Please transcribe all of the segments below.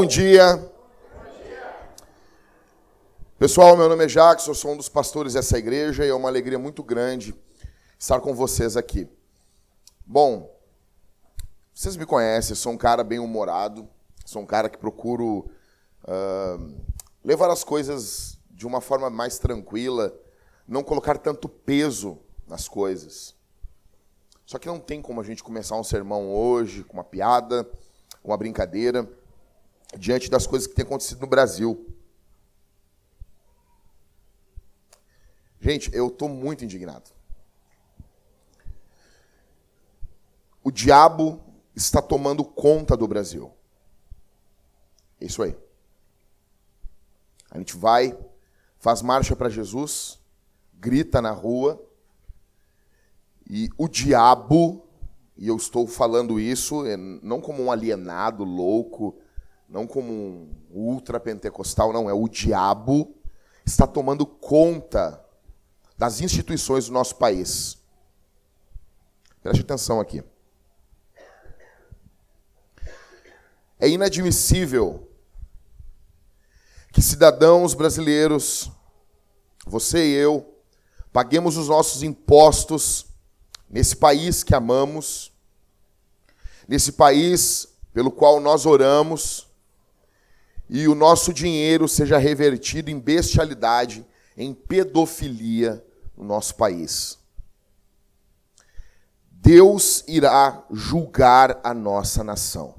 dia. Pessoal, meu nome é Jacques, eu sou um dos pastores dessa igreja e é uma alegria muito grande estar com vocês aqui. Bom, vocês me conhecem, eu sou um cara bem humorado, sou um cara que procuro levar as coisas de uma forma mais tranquila, não colocar tanto peso nas coisas. Só que não tem como a gente começar um sermão hoje com uma piada, com uma brincadeira, diante das coisas que têm acontecido no Brasil. Gente, eu estou muito indignado. O diabo está tomando conta do Brasil. É isso aí. A gente vai, faz marcha para Jesus, grita na rua, e o diabo, e eu estou falando isso não como um alienado louco, não como um ultrapentecostal, não, é o diabo está tomando conta das instituições do nosso país. Preste atenção aqui. É inadmissível que cidadãos brasileiros, você e eu, paguemos os nossos impostos nesse país que amamos, nesse país pelo qual nós oramos, e o nosso dinheiro seja revertido em bestialidade, em pedofilia no nosso país. Deus irá julgar a nossa nação.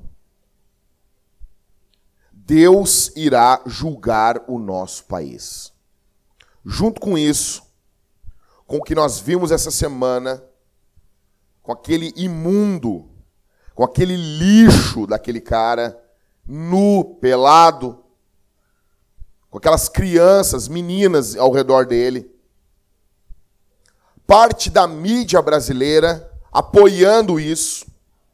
Deus irá julgar o nosso país. Junto com isso, com o que nós vimos essa semana, com aquele imundo, com aquele lixo daquele cara, nu, pelado, com aquelas crianças, meninas ao redor dele, parte da mídia brasileira apoiando isso,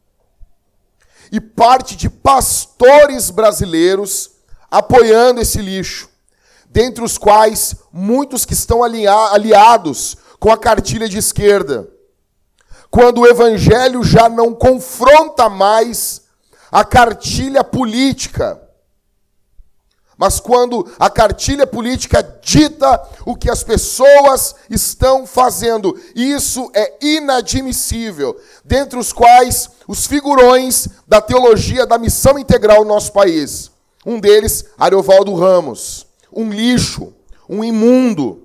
e parte de pastores brasileiros apoiando esse lixo, dentre os quais muitos que estão aliados com a cartilha de esquerda, quando o evangelho já não confronta mais a cartilha política, mas quando a cartilha política dita o que as pessoas estão fazendo. Isso é inadmissível, dentre os quais os figurões da teologia da missão integral no nosso país. Um deles, Ariovaldo Ramos, um lixo, um imundo.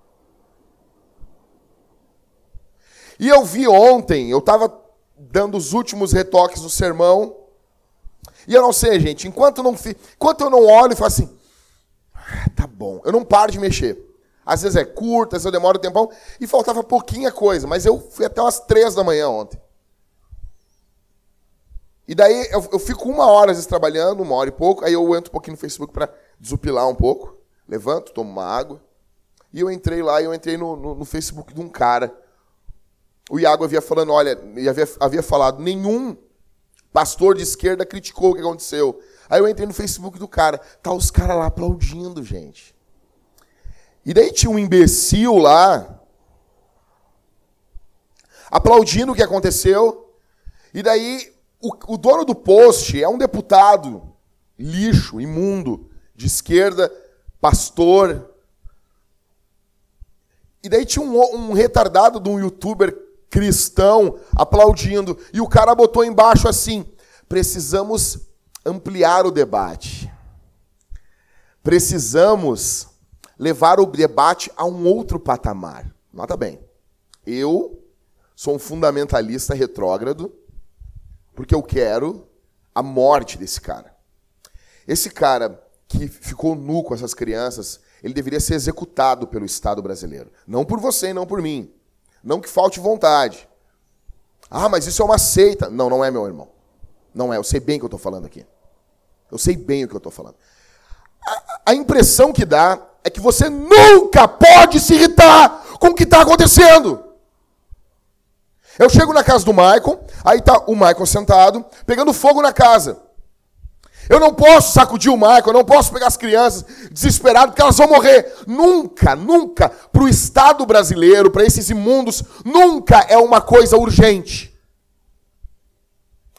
E eu vi ontem, eu estava dando os últimos retoques do sermão, e eu não sei, gente, enquanto eu não olho e falo assim, tá bom, eu não paro de mexer. Às vezes é curto, às vezes eu demoro um tempão, e faltava pouquinha coisa, mas eu fui até umas 3 da manhã ontem. E daí eu fico 1 hora, às vezes, trabalhando, 1 hora e pouco, aí eu entro um pouquinho no Facebook para desupilar um pouco, levanto, tomo uma água, e eu entrei lá, no Facebook de um cara. O Iago havia falando, olha, havia falado, nenhum pastor de esquerda criticou o que aconteceu. Aí eu entrei no Facebook do cara, tá os caras lá aplaudindo, gente. E daí tinha um imbecil lá, aplaudindo o que aconteceu, e daí o dono do post é um deputado, lixo, imundo, de esquerda, pastor. E daí tinha um retardado de um youtuber cristão aplaudindo, e o cara botou embaixo assim, precisamos ampliar o debate. Precisamos levar o debate a um outro patamar. Nota bem, eu sou um fundamentalista retrógrado, porque eu quero a morte desse cara. Esse cara que ficou nu com essas crianças, ele deveria ser executado pelo Estado brasileiro. Não por você e não por mim. Não que falte vontade. Ah, mas isso é uma seita. Não, não é, meu irmão. Não é, eu sei bem o que eu estou falando aqui. Eu sei bem o que eu estou falando. A impressão que dá é que você nunca pode se irritar com o que está acontecendo. Eu chego na casa do Maicon, aí está o Maicon sentado, pegando fogo na casa. Eu não posso sacudir o Maicon, eu não posso pegar as crianças desesperadas, porque elas vão morrer. Nunca, nunca, para o Estado brasileiro, para esses imundos, nunca é uma coisa urgente.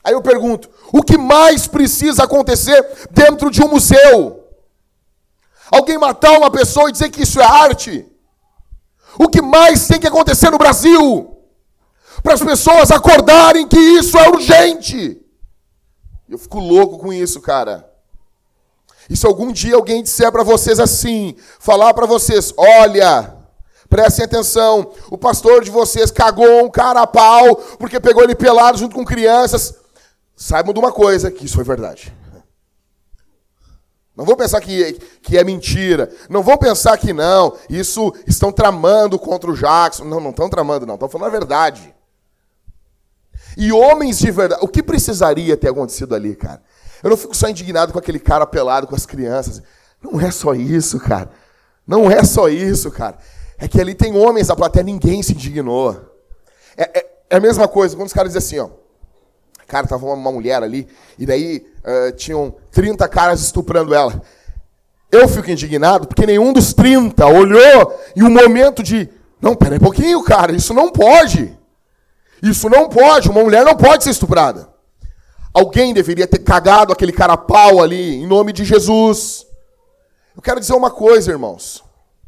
Aí eu pergunto, o que mais precisa acontecer dentro de um museu? Alguém matar uma pessoa e dizer que isso é arte? O que mais tem que acontecer no Brasil? Para as pessoas acordarem que isso é urgente. Eu fico louco com isso, cara. E se algum dia alguém disser para vocês assim, falar para vocês, olha, prestem atenção, o pastor de vocês cagou um cara a pau porque pegou ele pelado junto com crianças, saibam de uma coisa, que isso foi verdade. Não vão pensar que é mentira. Não vão pensar que não, isso estão tramando contra o Jackson. Não estão tramando, não. Estão falando a verdade. E homens de verdade. O que precisaria ter acontecido ali, cara? Eu não fico só indignado com aquele cara pelado com as crianças. Não é só isso, cara. Não é só isso, cara. É que ali tem homens da plateia, ninguém se indignou. É a mesma coisa, quando os caras dizem assim, ó. Cara, tava uma mulher ali, e daí tinham 30 caras estuprando ela. Eu fico indignado, porque nenhum dos 30 olhou em um momento de... Não, pera aí um pouquinho, cara, isso não pode. Isso não pode, uma mulher não pode ser estuprada. Alguém deveria ter cagado aquele cara a pau ali, em nome de Jesus. Eu quero dizer uma coisa, irmãos.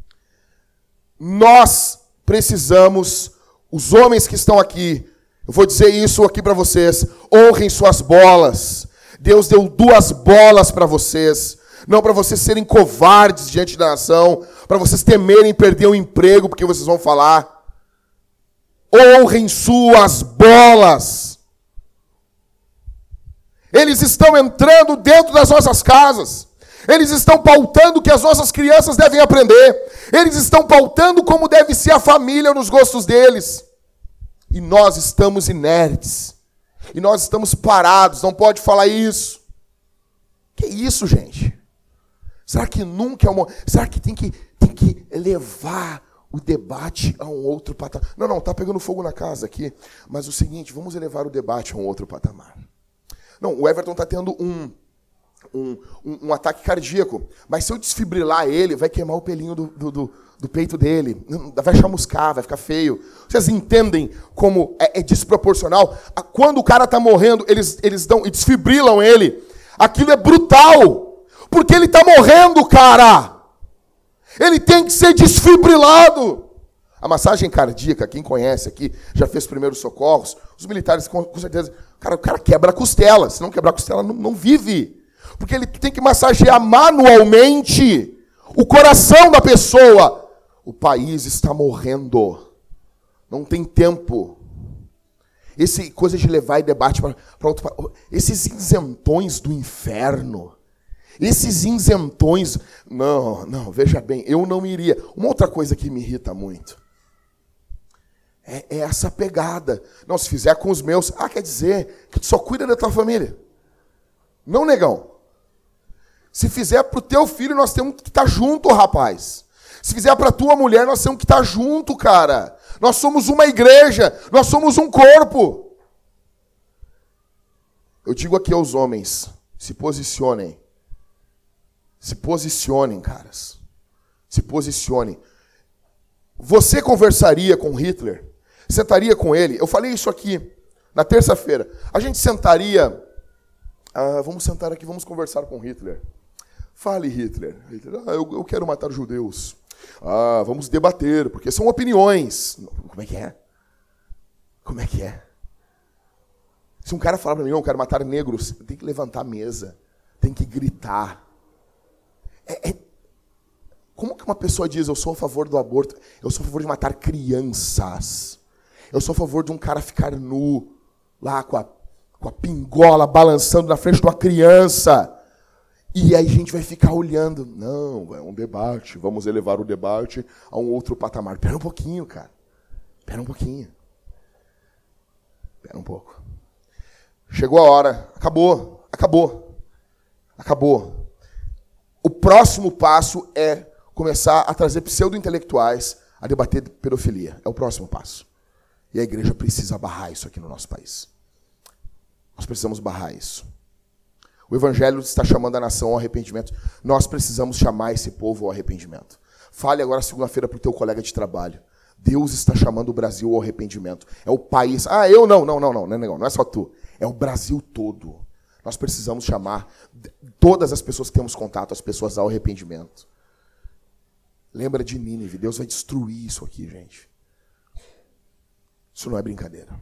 Nós precisamos, os homens que estão aqui, eu vou dizer isso aqui para vocês, honrem suas bolas. Deus deu 2 bolas para vocês, não para vocês serem covardes diante da nação, para vocês temerem perder o emprego, porque vocês vão falar. Honrem suas bolas. Eles estão entrando dentro das nossas casas. Eles estão pautando o que as nossas crianças devem aprender. Eles estão pautando como deve ser a família nos gostos deles. E nós estamos inertes. E nós estamos parados. Não pode falar isso. Que isso, gente? Será que nunca é uma... Será que tem que levar o debate a um outro patamar? Não, está pegando fogo na casa aqui. Mas o seguinte, vamos elevar o debate a um outro patamar. Não, o Everton está tendo um ataque cardíaco. Mas se eu desfibrilar ele, vai queimar o pelinho do peito dele. Vai chamuscar, vai ficar feio. Vocês entendem como é desproporcional? Quando o cara está morrendo, eles dão e desfibrilam ele. Aquilo é brutal. Porque ele está morrendo, cara. Ele tem que ser desfibrilado. A massagem cardíaca, quem conhece aqui, já fez primeiros socorros, os militares com certeza... Cara, o cara quebra a costela. Se não quebrar a costela, não vive. Porque ele tem que massagear manualmente o coração da pessoa. O país está morrendo. Não tem tempo. Esse coisa de levar debate para outro... Esses isentões do inferno. Esses isentões... Não, veja bem, eu não iria. Uma outra coisa que me irrita muito é essa pegada. Não, se fizer com os meus... quer dizer que tu só cuida da tua família. Não, negão. Se fizer pro teu filho, nós temos que estar junto, rapaz. Se fizer pra tua mulher, nós temos que estar junto, cara. Nós somos uma igreja. Nós somos um corpo. Eu digo aqui aos homens, se posicionem. Se posicionem, caras. Se posicionem. Você conversaria com Hitler? Sentaria com ele? Eu falei isso aqui na terça-feira. A gente sentaria... vamos sentar aqui, vamos conversar com Hitler. Fale, Hitler. Eu quero matar judeus. Vamos debater, porque são opiniões. Como é que é? Como é que é? Se um cara falar para mim, eu quero matar negros, tem que levantar a mesa, tem que gritar. Como que uma pessoa diz, eu sou a favor do aborto, eu sou a favor de matar crianças, eu sou a favor de um cara ficar nu, lá com a pingola balançando na frente de uma criança, e aí a gente vai ficar olhando. Não, é um debate, vamos elevar o debate a um outro patamar. Espera um pouquinho, cara. Espera um pouquinho. Espera um pouco. Chegou a hora. Acabou. O próximo passo é começar a trazer pseudo-intelectuais a debater pedofilia. É o próximo passo. E a igreja precisa barrar isso aqui no nosso país. Nós precisamos barrar isso. O evangelho está chamando a nação ao arrependimento. Nós precisamos chamar esse povo ao arrependimento. Fale agora segunda-feira para o teu colega de trabalho. Deus está chamando o Brasil ao arrependimento. É o país. Eu não é só tu. É o Brasil todo. Nós precisamos chamar todas as pessoas que temos contato, as pessoas ao arrependimento. Lembra de Nínive. Deus vai destruir isso aqui, gente. Isso não é brincadeira.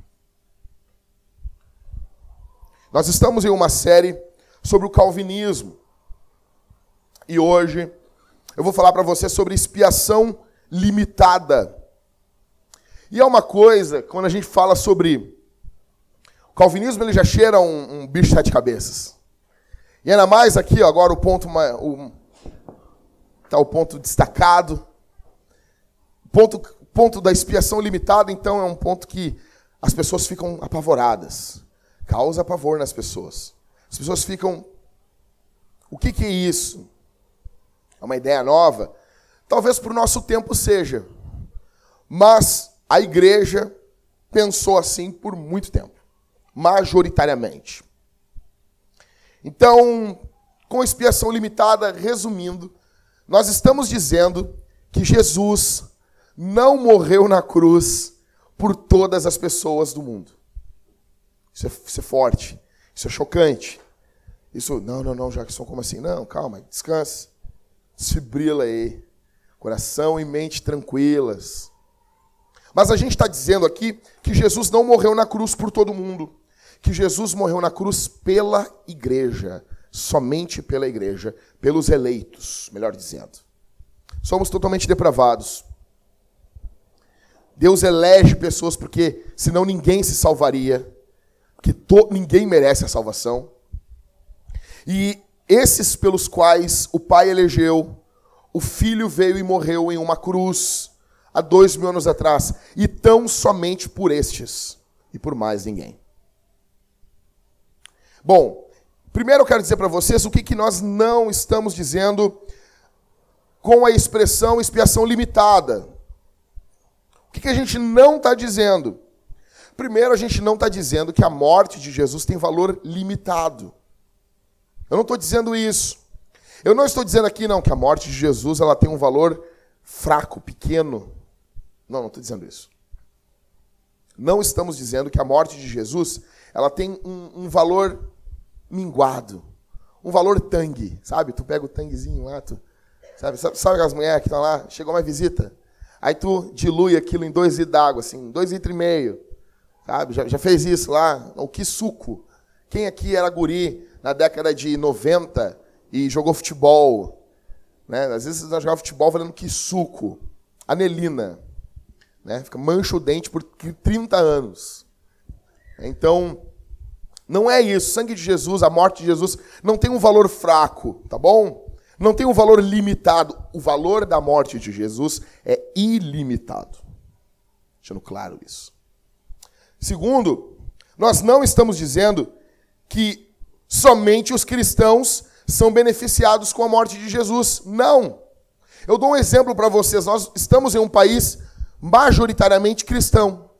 Nós estamos em uma série sobre o calvinismo. E hoje eu vou falar para você sobre expiação limitada. E é uma coisa, quando a gente fala sobre o calvinismo, ele já cheira um bicho de 7 cabeças. E ainda mais aqui, ó, agora o ponto destacado. Ponto da expiação limitada, então, é um ponto que as pessoas ficam apavoradas. Causa pavor nas pessoas. As pessoas ficam... O que é isso? É uma ideia nova? Talvez para o nosso tempo seja. Mas a igreja pensou assim por muito tempo. Majoritariamente. Então, com expiação limitada, resumindo, nós estamos dizendo que Jesus não morreu na cruz por todas as pessoas do mundo. Isso é forte. Isso é chocante. Isso, não, Jackson, como assim? Não, calma, descansa. Desfibrila aí. Coração e mente tranquilas. Mas a gente está dizendo aqui que Jesus não morreu na cruz por todo mundo. Que Jesus morreu na cruz pela igreja. Somente pela igreja. Pelos eleitos, melhor dizendo. Somos totalmente depravados. Deus elege pessoas porque senão ninguém se salvaria. Porque ninguém merece a salvação. E esses pelos quais o Pai elegeu, o Filho veio e morreu em uma cruz há 2000 anos atrás. E tão somente por estes e por mais ninguém. Bom, primeiro eu quero dizer para vocês o que nós não estamos dizendo com a expressão expiação limitada. O que a gente não está dizendo? Primeiro, a gente não está dizendo que a morte de Jesus tem valor limitado. Eu não estou dizendo isso. Eu não estou dizendo aqui, não, que a morte de Jesus ela tem um valor fraco, pequeno. Não estou dizendo isso. Não estamos dizendo que a morte de Jesus ela tem um valor minguado. Um valor tangue, sabe? Tu pega o tanguezinho lá, sabe aquelas mulheres que estão lá, chegou uma visita, aí tu dilui aquilo em 2 litros d'água, assim, 2,5 litros. Sabe? Já fez isso lá. O que suco. Quem aqui era guri na década de 90 e jogou futebol? Né? Às vezes nós jogávamos futebol falando que suco. Anelina. Né? Mancha o dente por 30 anos. Então, não é isso. O sangue de Jesus, a morte de Jesus, não tem um valor fraco, tá bom? Não tem um valor limitado. O valor da morte de Jesus é ilimitado. Deixando claro isso. Segundo, nós não estamos dizendo que somente os cristãos são beneficiados com a morte de Jesus. Não. Eu dou um exemplo para vocês. Nós estamos em um país majoritariamente cristão.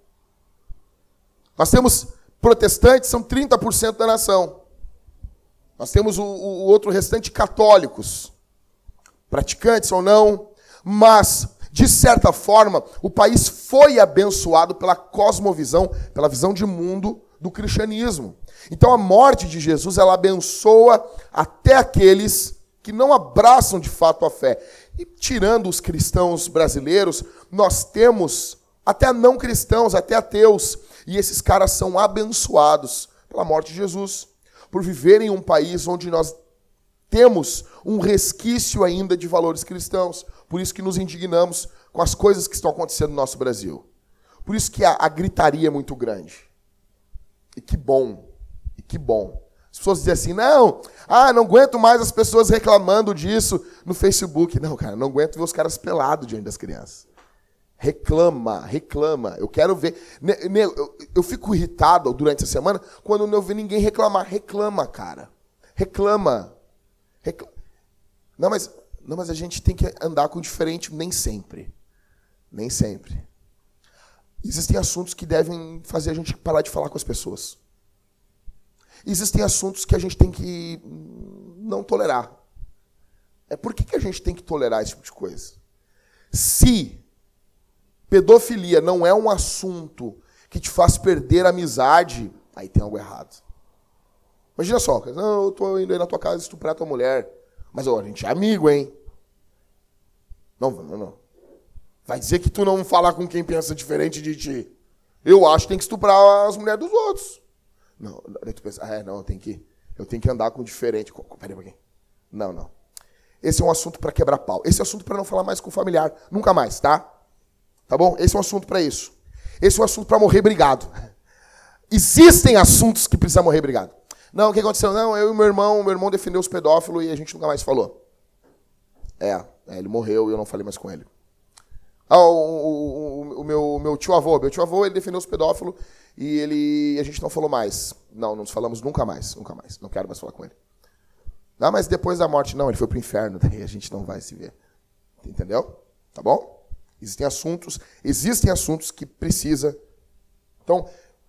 Nós temos protestantes, são 30% da nação. Nós temos o outro restante católicos. Praticantes ou não. Mas, de certa forma, o país foi abençoado pela cosmovisão, pela visão de mundo do cristianismo. Então a morte de Jesus, ela abençoa até aqueles que não abraçam de fato a fé. E tirando os cristãos brasileiros, nós temos até não cristãos, até ateus. E esses caras são abençoados pela morte de Jesus. Por viverem em um país onde nós temos um resquício ainda de valores cristãos. Por isso que nos indignamos com as coisas que estão acontecendo no nosso Brasil. Por isso que a gritaria é muito grande. E que bom. E que bom. As pessoas dizem assim, não aguento mais as pessoas reclamando disso no Facebook. Não, cara, não aguento ver os caras pelados diante das crianças. Reclama. Eu quero ver. Eu fico irritado durante a semana quando não vejo ninguém reclamar. Reclama, cara. Reclama. Não, mas a gente tem que andar com diferente, nem sempre. Nem sempre. Existem assuntos que devem fazer a gente parar de falar com as pessoas. Existem assuntos que a gente tem que não tolerar. Por que a gente tem que tolerar esse tipo de coisa? Se pedofilia não é um assunto que te faz perder a amizade, aí tem algo errado. Imagina só, não, eu tô indo aí na tua casa estuprar tua mulher. Mas ó, a gente é amigo, hein? Não. Vai dizer que tu não fala com quem pensa diferente de ti. Eu acho que tem que estuprar as mulheres dos outros. Não, daí tu pensa, eu tenho que andar com diferente. Peraí um pouquinho. Não. Esse é um assunto para quebrar pau. Esse é um assunto para não falar mais com o familiar. Nunca mais, tá? Tá bom? Esse é um assunto para isso. Esse é um assunto para morrer brigado. Existem assuntos que precisam morrer brigado. Não, o que aconteceu? Não, eu e meu irmão defendeu os pedófilos e a gente nunca mais falou. Ele morreu e eu não falei mais com ele. O meu tio-avô, ele defendeu os pedófilos e a gente não falou mais. Não nos falamos nunca mais. Não quero mais falar com ele. Não, mas depois da morte, não, ele foi pro inferno, daí a gente não vai se ver. Entendeu? Tá bom? Existem assuntos que precisa. Então,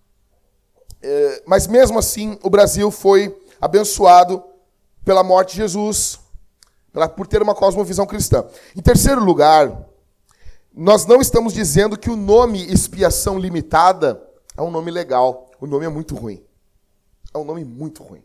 mas mesmo assim, o Brasil foi abençoado pela morte de Jesus, por ter uma cosmovisão cristã. Em terceiro lugar, nós não estamos dizendo que o nome expiação limitada é um nome legal. O nome é muito ruim. É um nome muito ruim.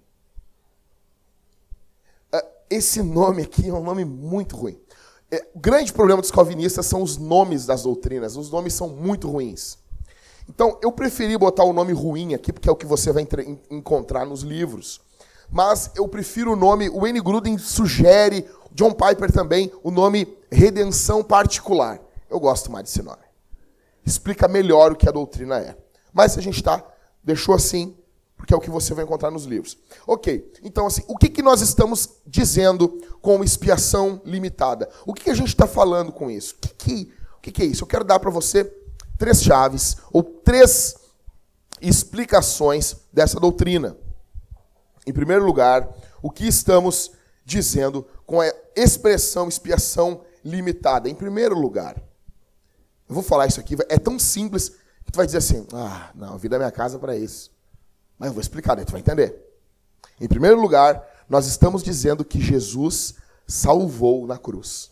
Esse nome aqui é um nome muito ruim. O grande problema dos calvinistas são os nomes das doutrinas. Os nomes são muito ruins. Então, eu preferi botar o nome ruim aqui, porque é o que você vai encontrar nos livros. Mas eu prefiro o nome, o Wayne Grudem sugere, John Piper também, o nome redenção particular. Eu gosto mais desse nome. Explica melhor o que a doutrina é. Mas a gente deixou assim, porque é o que você vai encontrar nos livros. Ok, então assim, o que nós estamos dizendo com expiação limitada? O que a gente está falando com isso? O que é isso? Eu quero dar para você 3 chaves, ou 3 explicações dessa doutrina. Em primeiro lugar, o que estamos dizendo com a expressão expiação limitada? Em primeiro lugar, eu vou falar isso aqui, é tão simples que tu vai dizer assim, não, eu vim da minha casa para isso. Mas eu vou explicar, daí tu vai entender. Em primeiro lugar, nós estamos dizendo que Jesus salvou na cruz.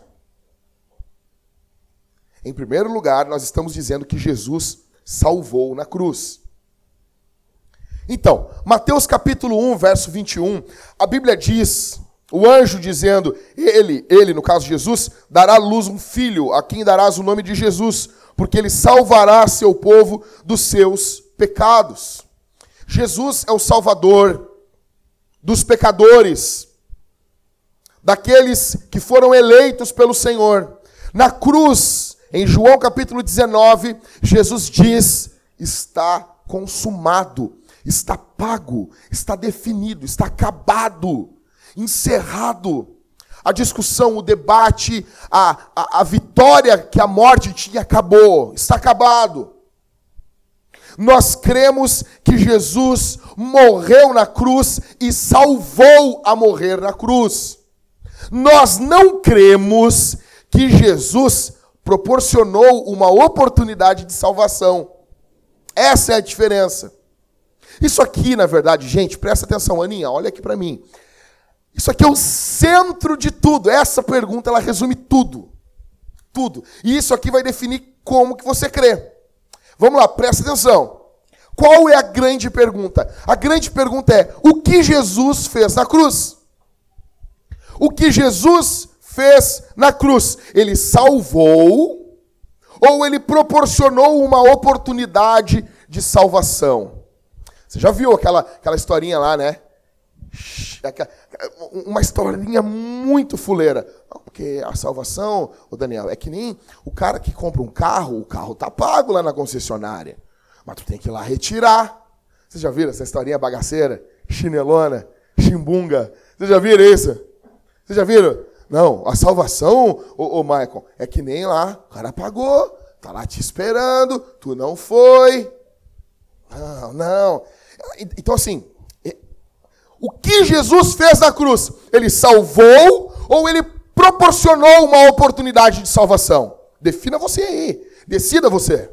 Em primeiro lugar, nós estamos dizendo que Jesus salvou na cruz. Então, Mateus capítulo 1, verso 21, a Bíblia diz, o anjo dizendo, ele, no caso Jesus, dará à luz um filho, a quem darás o nome de Jesus, porque ele salvará seu povo dos seus pecados. Jesus é o Salvador dos pecadores, daqueles que foram eleitos pelo Senhor. Na cruz, em João capítulo 19, Jesus diz, está consumado, está pago, está definido, está acabado, encerrado. A discussão, o debate, a vitória que a morte tinha acabou, está acabado. Nós cremos que Jesus morreu na cruz e salvou a morrer na cruz. Nós não cremos que Jesus proporcionou uma oportunidade de salvação. Essa é a diferença. Isso aqui, na verdade, gente, presta atenção, Aninha, olha aqui para mim. Isso aqui é o centro de tudo. Essa pergunta, ela resume tudo. Tudo. E isso aqui vai definir como que você crê. Vamos lá, presta atenção. Qual é a grande pergunta? A grande pergunta é, o que Jesus fez na cruz? O que Jesus fez na cruz? Ele salvou ou ele proporcionou uma oportunidade de salvação? Você já viu aquela historinha lá, né? Uma historinha muito fuleira. Porque a salvação, ô Daniel, é que nem o cara que compra um carro, o carro tá pago lá na concessionária. Mas tu tem que ir lá retirar. Vocês já viram essa historinha bagaceira? Chinelona, chimbunga. Vocês já viram isso? Vocês já viram? Não, a salvação, ô Michael, é que nem lá, o cara pagou, tá lá te esperando, tu não foi. Não. Então assim, o que Jesus fez na cruz? Ele salvou ou ele proporcionou uma oportunidade de salvação? Defina você aí. Decida você.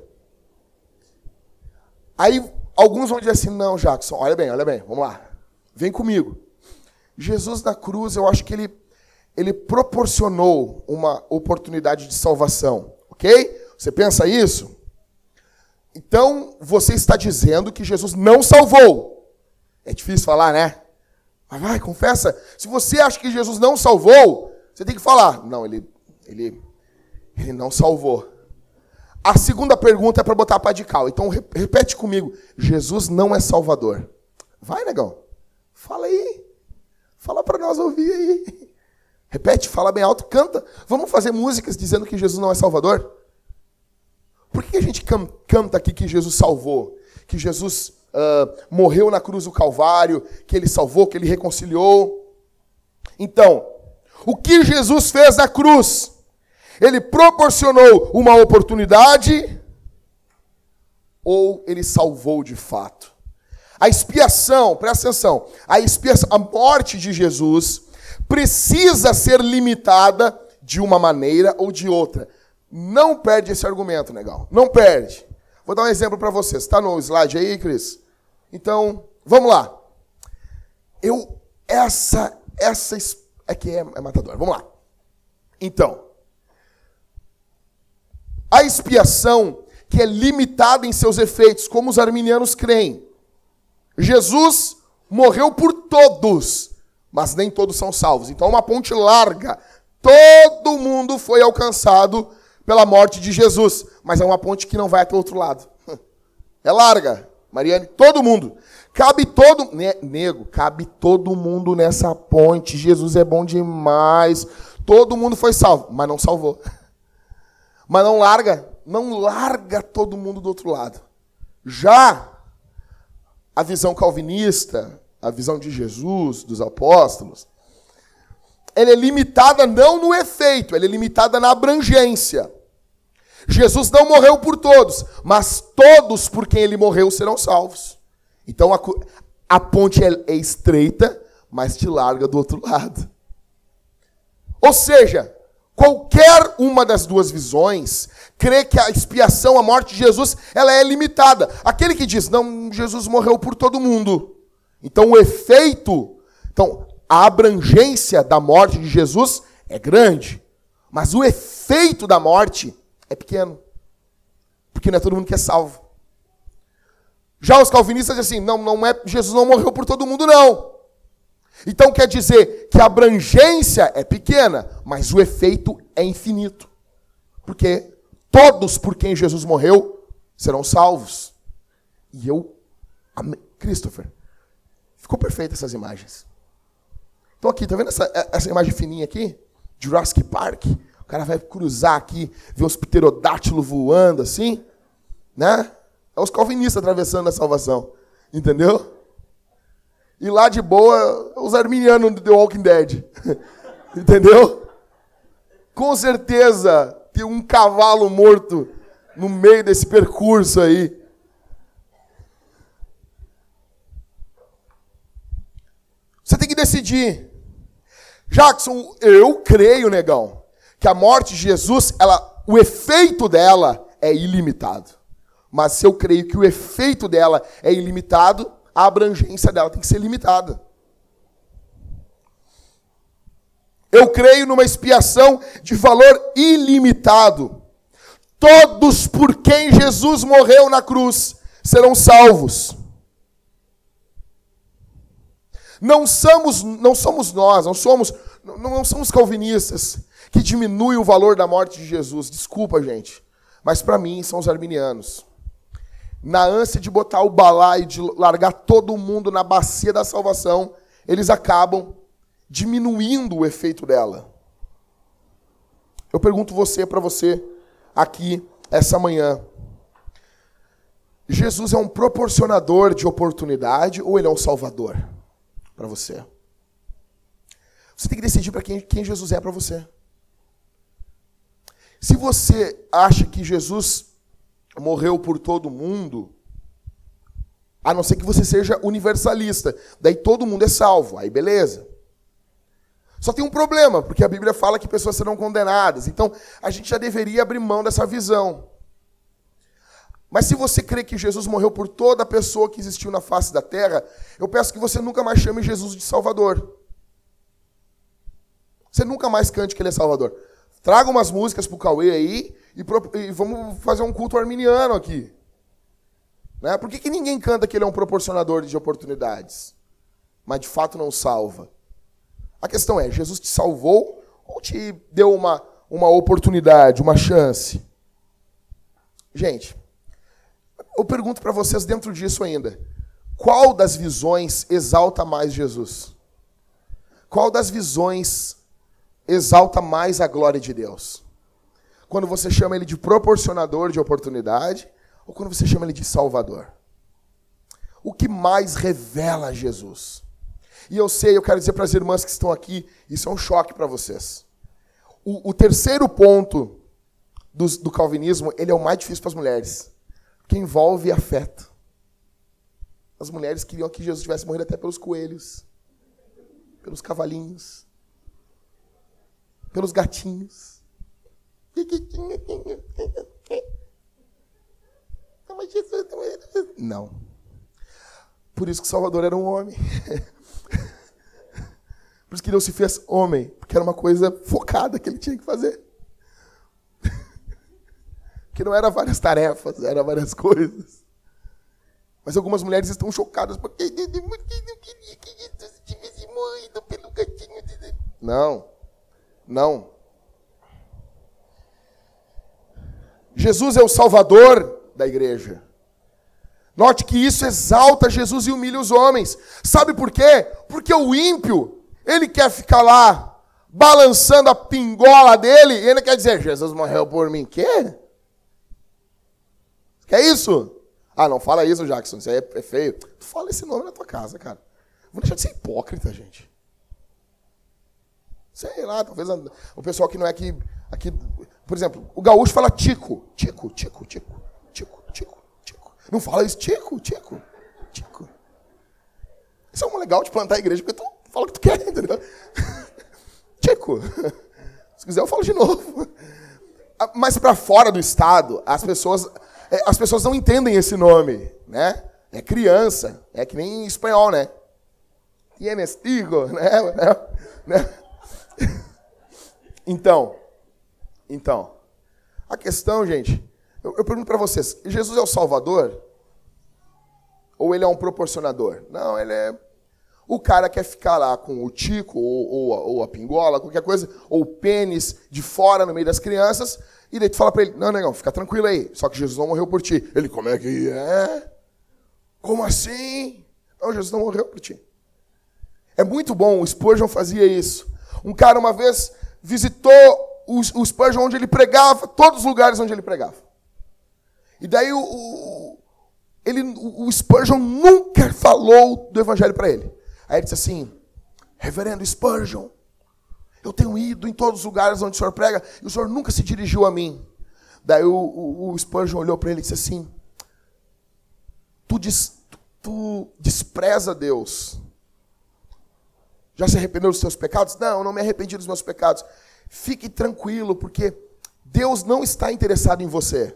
Aí alguns vão dizer assim, não, Jackson, olha bem, vamos lá. Vem comigo. Jesus na cruz, eu acho que ele proporcionou uma oportunidade de salvação. Ok? Você pensa isso? Então, você está dizendo que Jesus não salvou. É difícil falar, né? Mas vai, confessa. Se você acha que Jesus não salvou, você tem que falar. Não, ele não salvou. A segunda pergunta é para botar a pá de cal. Então, repete comigo. Jesus não é salvador. Vai, negão. Fala aí. Fala para nós ouvir aí. Repete, fala bem alto, canta. Vamos fazer músicas dizendo que Jesus não é salvador? Por que a gente canta aqui que Jesus salvou? Que Jesus morreu na cruz do Calvário, que ele salvou, que ele reconciliou? Então, o que Jesus fez na cruz? Ele proporcionou uma oportunidade ou ele salvou de fato? A expiação, presta atenção, a morte de Jesus precisa ser limitada de uma maneira ou de outra. Não perde esse argumento, legal. Não perde. Vou dar um exemplo para vocês. Está no slide aí, Cris? Então, vamos lá. Essa aqui é matador. Vamos lá. Então, a expiação que é limitada em seus efeitos, como os arminianos creem. Jesus morreu por todos, mas nem todos são salvos. Então, uma ponte larga. Todo mundo foi alcançado pela morte de Jesus, mas é uma ponte que não vai até o outro lado. É larga, Mariane, todo mundo. Cabe todo mundo nessa ponte. Jesus é bom demais. Todo mundo foi salvo, mas não salvou. Mas não larga todo mundo do outro lado. Já a visão calvinista, a visão de Jesus, dos apóstolos, ela é limitada não no efeito, ela é limitada na abrangência. Jesus não morreu por todos, mas todos por quem ele morreu serão salvos. Então a ponte é estreita, mas te larga do outro lado. Ou seja, qualquer uma das duas visões crê que a expiação, a morte de Jesus, ela é limitada. Aquele que diz, não, Jesus morreu por todo mundo. Então o efeito, a abrangência da morte de Jesus é grande, mas o efeito da morte é pequeno, porque não é todo mundo que é salvo. Já os calvinistas dizem assim, Jesus não morreu por todo mundo, não. Então quer dizer que a abrangência é pequena, mas o efeito é infinito. Porque todos por quem Jesus morreu serão salvos. E Christopher, ficou perfeita essas imagens. Então aqui, tá vendo essa imagem fininha aqui? Jurassic Park. O cara vai cruzar aqui, ver os pterodátilos voando assim, né? É os calvinistas atravessando a salvação. Entendeu? E lá de boa, os arminianos do The Walking Dead. Entendeu? Com certeza, tem um cavalo morto no meio desse percurso aí. Você tem que decidir. Jackson, eu creio, negão, que a morte de Jesus, o efeito dela é ilimitado. Mas se eu creio que o efeito dela é ilimitado, a abrangência dela tem que ser limitada. Eu creio numa expiação de valor ilimitado. Todos por quem Jesus morreu na cruz serão salvos. Não somos calvinistas que diminuem o valor da morte de Jesus. Desculpa, gente. Mas para mim são os arminianos. Na ânsia de botar o balaio, de largar todo mundo na bacia da salvação, eles acabam diminuindo o efeito dela. Eu pergunto para você aqui essa manhã. Jesus é um proporcionador de oportunidade ou ele é um salvador para você? Você tem que decidir para quem Jesus é para você. Se você acha que Jesus morreu por todo mundo, a não ser que você seja universalista, daí todo mundo é salvo, aí beleza. Só tem um problema, porque a Bíblia fala que pessoas serão condenadas, então a gente já deveria abrir mão dessa visão. Mas se você crê que Jesus morreu por toda pessoa que existiu na face da terra, eu peço que você nunca mais chame Jesus de Salvador. Você nunca mais cante que ele é Salvador. Traga umas músicas pro Cauê aí e vamos fazer um culto arminiano aqui. Né? Por que ninguém canta que ele é um proporcionador de oportunidades, mas de fato não salva? A questão é, Jesus te salvou ou te deu uma oportunidade, uma chance? Gente, eu pergunto para vocês dentro disso ainda, qual das visões exalta mais Jesus? Qual das visões exalta mais a glória de Deus? Quando você chama ele de proporcionador de oportunidade ou quando você chama ele de salvador? O que mais revela Jesus? E eu sei, eu quero dizer para as irmãs que estão aqui, isso é um choque para vocês. O terceiro ponto do calvinismo, ele é o mais difícil para as mulheres, que envolve afeto. As mulheres queriam que Jesus tivesse morrido até pelos coelhos, pelos cavalinhos, pelos gatinhos. Não. Por isso que Salvador era um homem. Por isso que Deus se fez homem, porque era uma coisa focada que ele tinha que fazer. Que não era várias tarefas, era várias coisas. Mas algumas mulheres estão chocadas porque eu não queria que Jesus tivesse morrido pelo gatinho. Não. Não. Jesus é o Salvador da igreja. Note que isso exalta Jesus e humilha os homens. Sabe por quê? Porque o ímpio, ele quer ficar lá balançando a pingola dele e ele quer dizer, Jesus morreu por mim. Quê? Que é isso? Ah, não fala isso, Jackson, isso aí é feio. Tu fala esse nome na tua casa, cara. Vou deixar de ser hipócrita, gente. Sei lá, talvez o pessoal que não é aqui, por exemplo, o gaúcho fala tico. Tico. Não fala isso, tico. Isso é uma legal de plantar a igreja, porque tu fala o que tu quer, entendeu? Tico. Se quiser eu falo de novo. Mas para fora do estado, as pessoas não entendem esse nome, né? É criança, é que nem em espanhol, né? Tienes tigo, né? Então, a questão, gente, eu pergunto para vocês, Jesus é o Salvador? Ou ele é um proporcionador? Não, ele é... O cara quer ficar lá com o tico, ou a pingola, qualquer coisa, ou o pênis de fora no meio das crianças, e daí tu fala para ele, não, negão, fica tranquilo aí, só que Jesus não morreu por ti. Ele, como é que é? Como assim? Não, Jesus não morreu por ti. É muito bom, o Spurgeon fazia isso. Um cara uma vez visitou o Spurgeon onde ele pregava, todos os lugares onde ele pregava. E daí o Spurgeon nunca falou do evangelho para ele. Aí ele disse assim, reverendo Spurgeon, eu tenho ido em todos os lugares onde o senhor prega e o senhor nunca se dirigiu a mim. Daí o Spurgeon olhou para ele e disse assim, tu despreza Deus. Já se arrependeu dos seus pecados? Não, não me arrependi dos meus pecados. Fique tranquilo, porque Deus não está interessado em você.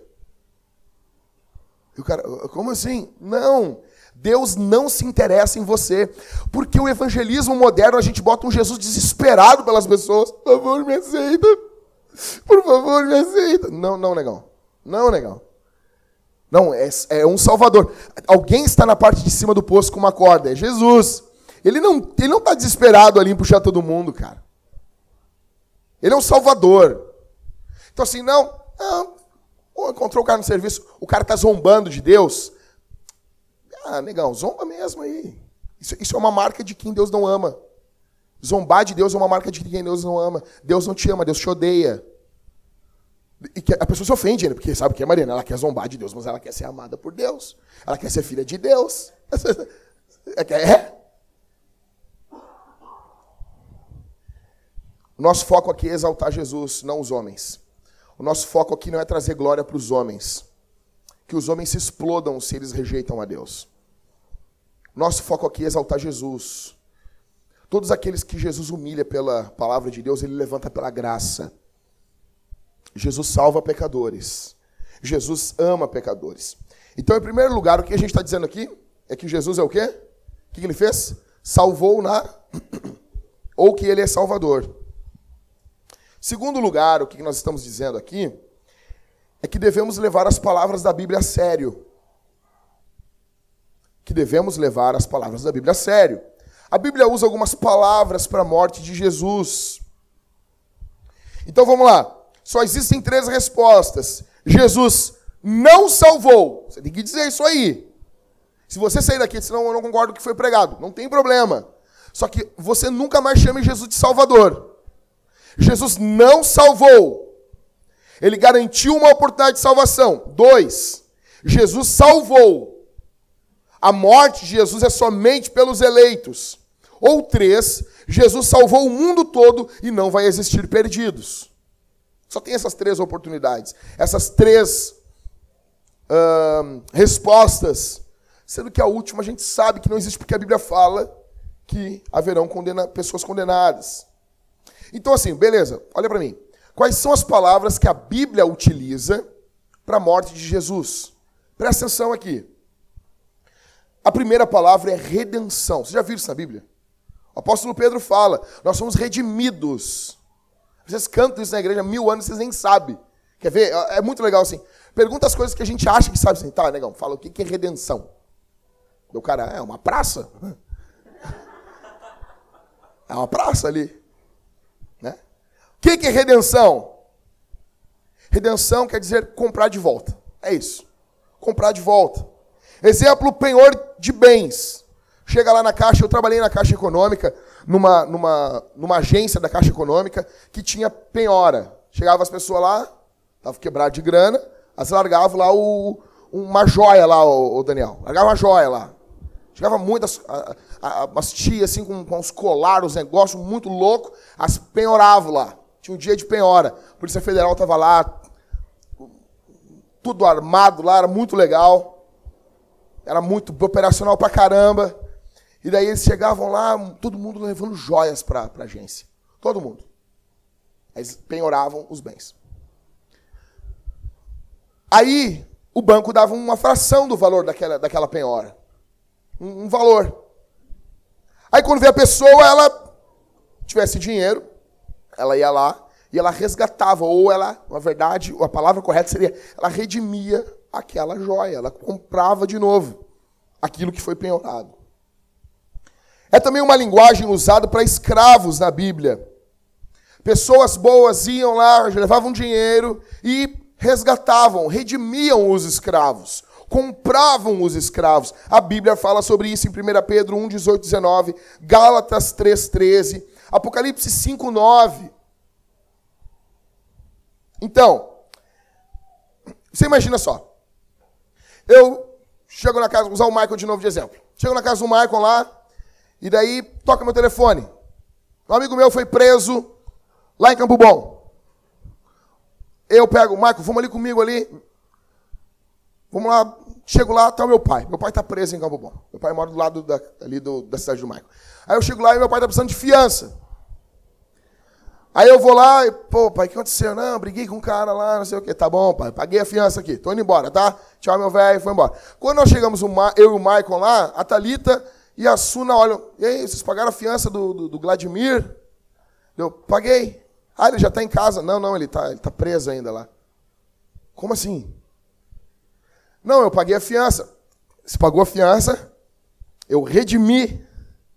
E o cara, como assim? Não, Deus não se interessa em você. Porque o evangelismo moderno, a gente bota um Jesus desesperado pelas pessoas. Por favor, me aceita. Por favor, me aceita. Não, negão. Não, negão. Não, é um Salvador. Alguém está na parte de cima do poço com uma corda. É Jesus. Ele não está desesperado ali em puxar todo mundo, cara. Ele é um Salvador. Então assim, não, encontrou o cara no serviço, o cara está zombando de Deus. Ah, negão, zomba mesmo aí. Isso é uma marca de quem Deus não ama. Zombar de Deus é uma marca de quem Deus não ama. Deus não te ama, Deus te odeia. E a pessoa se ofende, né? Porque sabe o que, Mariana? Ela quer zombar de Deus, mas ela quer ser amada por Deus. Ela quer ser filha de Deus. O nosso foco aqui é exaltar Jesus, não os homens. O nosso foco aqui não é trazer glória para os homens. Que os homens se explodam se eles rejeitam a Deus. O nosso foco aqui é exaltar Jesus. Todos aqueles que Jesus humilha pela palavra de Deus, ele levanta pela graça. Jesus salva pecadores. Jesus ama pecadores. Então, em primeiro lugar, o que a gente está dizendo aqui é que Jesus é o quê? O que ele fez? Salvou ou que ele é Salvador. Segundo lugar, o que nós estamos dizendo aqui é que devemos levar as palavras da Bíblia a sério. Que devemos levar as palavras da Bíblia a sério. A Bíblia usa algumas palavras para a morte de Jesus. Então vamos lá. Só existem 3 respostas. Jesus não salvou. Você tem que dizer isso aí. Se você sair daqui e dizer, não, eu não concordo com o que foi pregado, não tem problema. Só que você nunca mais chame Jesus de Salvador. Jesus não salvou. Ele garantiu uma oportunidade de salvação. 2, Jesus salvou. A morte de Jesus é somente pelos eleitos. Ou 3, Jesus salvou o mundo todo e não vai existir perdidos. Só tem essas 3 oportunidades. Essas 3 respostas. Sendo que a última a gente sabe que não existe, porque a Bíblia fala que haverão pessoas condenadas. Então assim, beleza, olha para mim. Quais são as palavras que a Bíblia utiliza para a morte de Jesus? Presta atenção aqui. A primeira palavra é redenção. Você já viu isso na Bíblia? O apóstolo Pedro fala, nós somos redimidos. Vocês cantam isso na igreja há 1000 anos, vocês nem sabem. Quer ver? É muito legal assim. Pergunta as coisas que a gente acha que sabe. Assim, tá, negão, fala o que é redenção. O cara, é uma praça. É uma praça ali. Né? O que é redenção? Redenção quer dizer comprar de volta. É isso. Comprar de volta. Exemplo, penhor de bens. Chega lá na Caixa, eu trabalhei na Caixa Econômica, numa agência da Caixa Econômica, que tinha penhora. Chegava as pessoas lá, estavam quebradas de grana, elas largavam lá uma joia lá, o Daniel. Largavam uma joia lá. Chegava muitas, umas tias assim, com uns colares, uns negócios muito loucos, as penhoravam lá. Tinha um dia de penhora. A Polícia Federal estava lá, tudo armado lá, era muito legal. Era muito operacional pra caramba. E daí eles chegavam lá, todo mundo levando joias para a agência. Todo mundo. Eles penhoravam os bens. Aí, o banco dava uma fração do valor daquela penhora. Um valor. Aí, quando vê a pessoa, ela tivesse dinheiro, ela ia lá e ela resgatava. Ou ela, na verdade, a palavra correta seria, ela redimia aquela joia. Ela comprava de novo aquilo que foi penhorado. É também uma linguagem usada para escravos na Bíblia. Pessoas boas iam lá, levavam dinheiro e resgatavam, redimiam os escravos, compravam os escravos. A Bíblia fala sobre isso em 1 Pedro 1, 18, 19, Gálatas 3, 13, Apocalipse 5, 9. Então, você imagina só. Eu chego na casa, vou usar o Michael de novo de exemplo. Chego na casa do Michael lá, e daí toca meu telefone. Um amigo meu foi preso lá em Campo Bom. Eu pego, Michael, vamos ali comigo ali. Vamos lá, chego lá, tá o meu pai. Meu pai está preso em Campo Bom. Meu pai mora do lado da cidade do Michael. Aí eu chego lá e meu pai está precisando de fiança. Aí eu vou lá e, pô, pai, o que aconteceu? Não, briguei com um cara lá, não sei o quê. Tá bom, pai, paguei a fiança aqui, tô indo embora, tá? Tchau, meu velho, foi embora. Quando nós chegamos, eu e o Michael lá, a Thalita e a Suna olham, e aí, vocês pagaram a fiança do Vladimir? Eu, paguei. Ah, ele já está em casa. Não, ele tá preso ainda lá. Como assim? Não, eu paguei a fiança. Você pagou a fiança, eu redimi,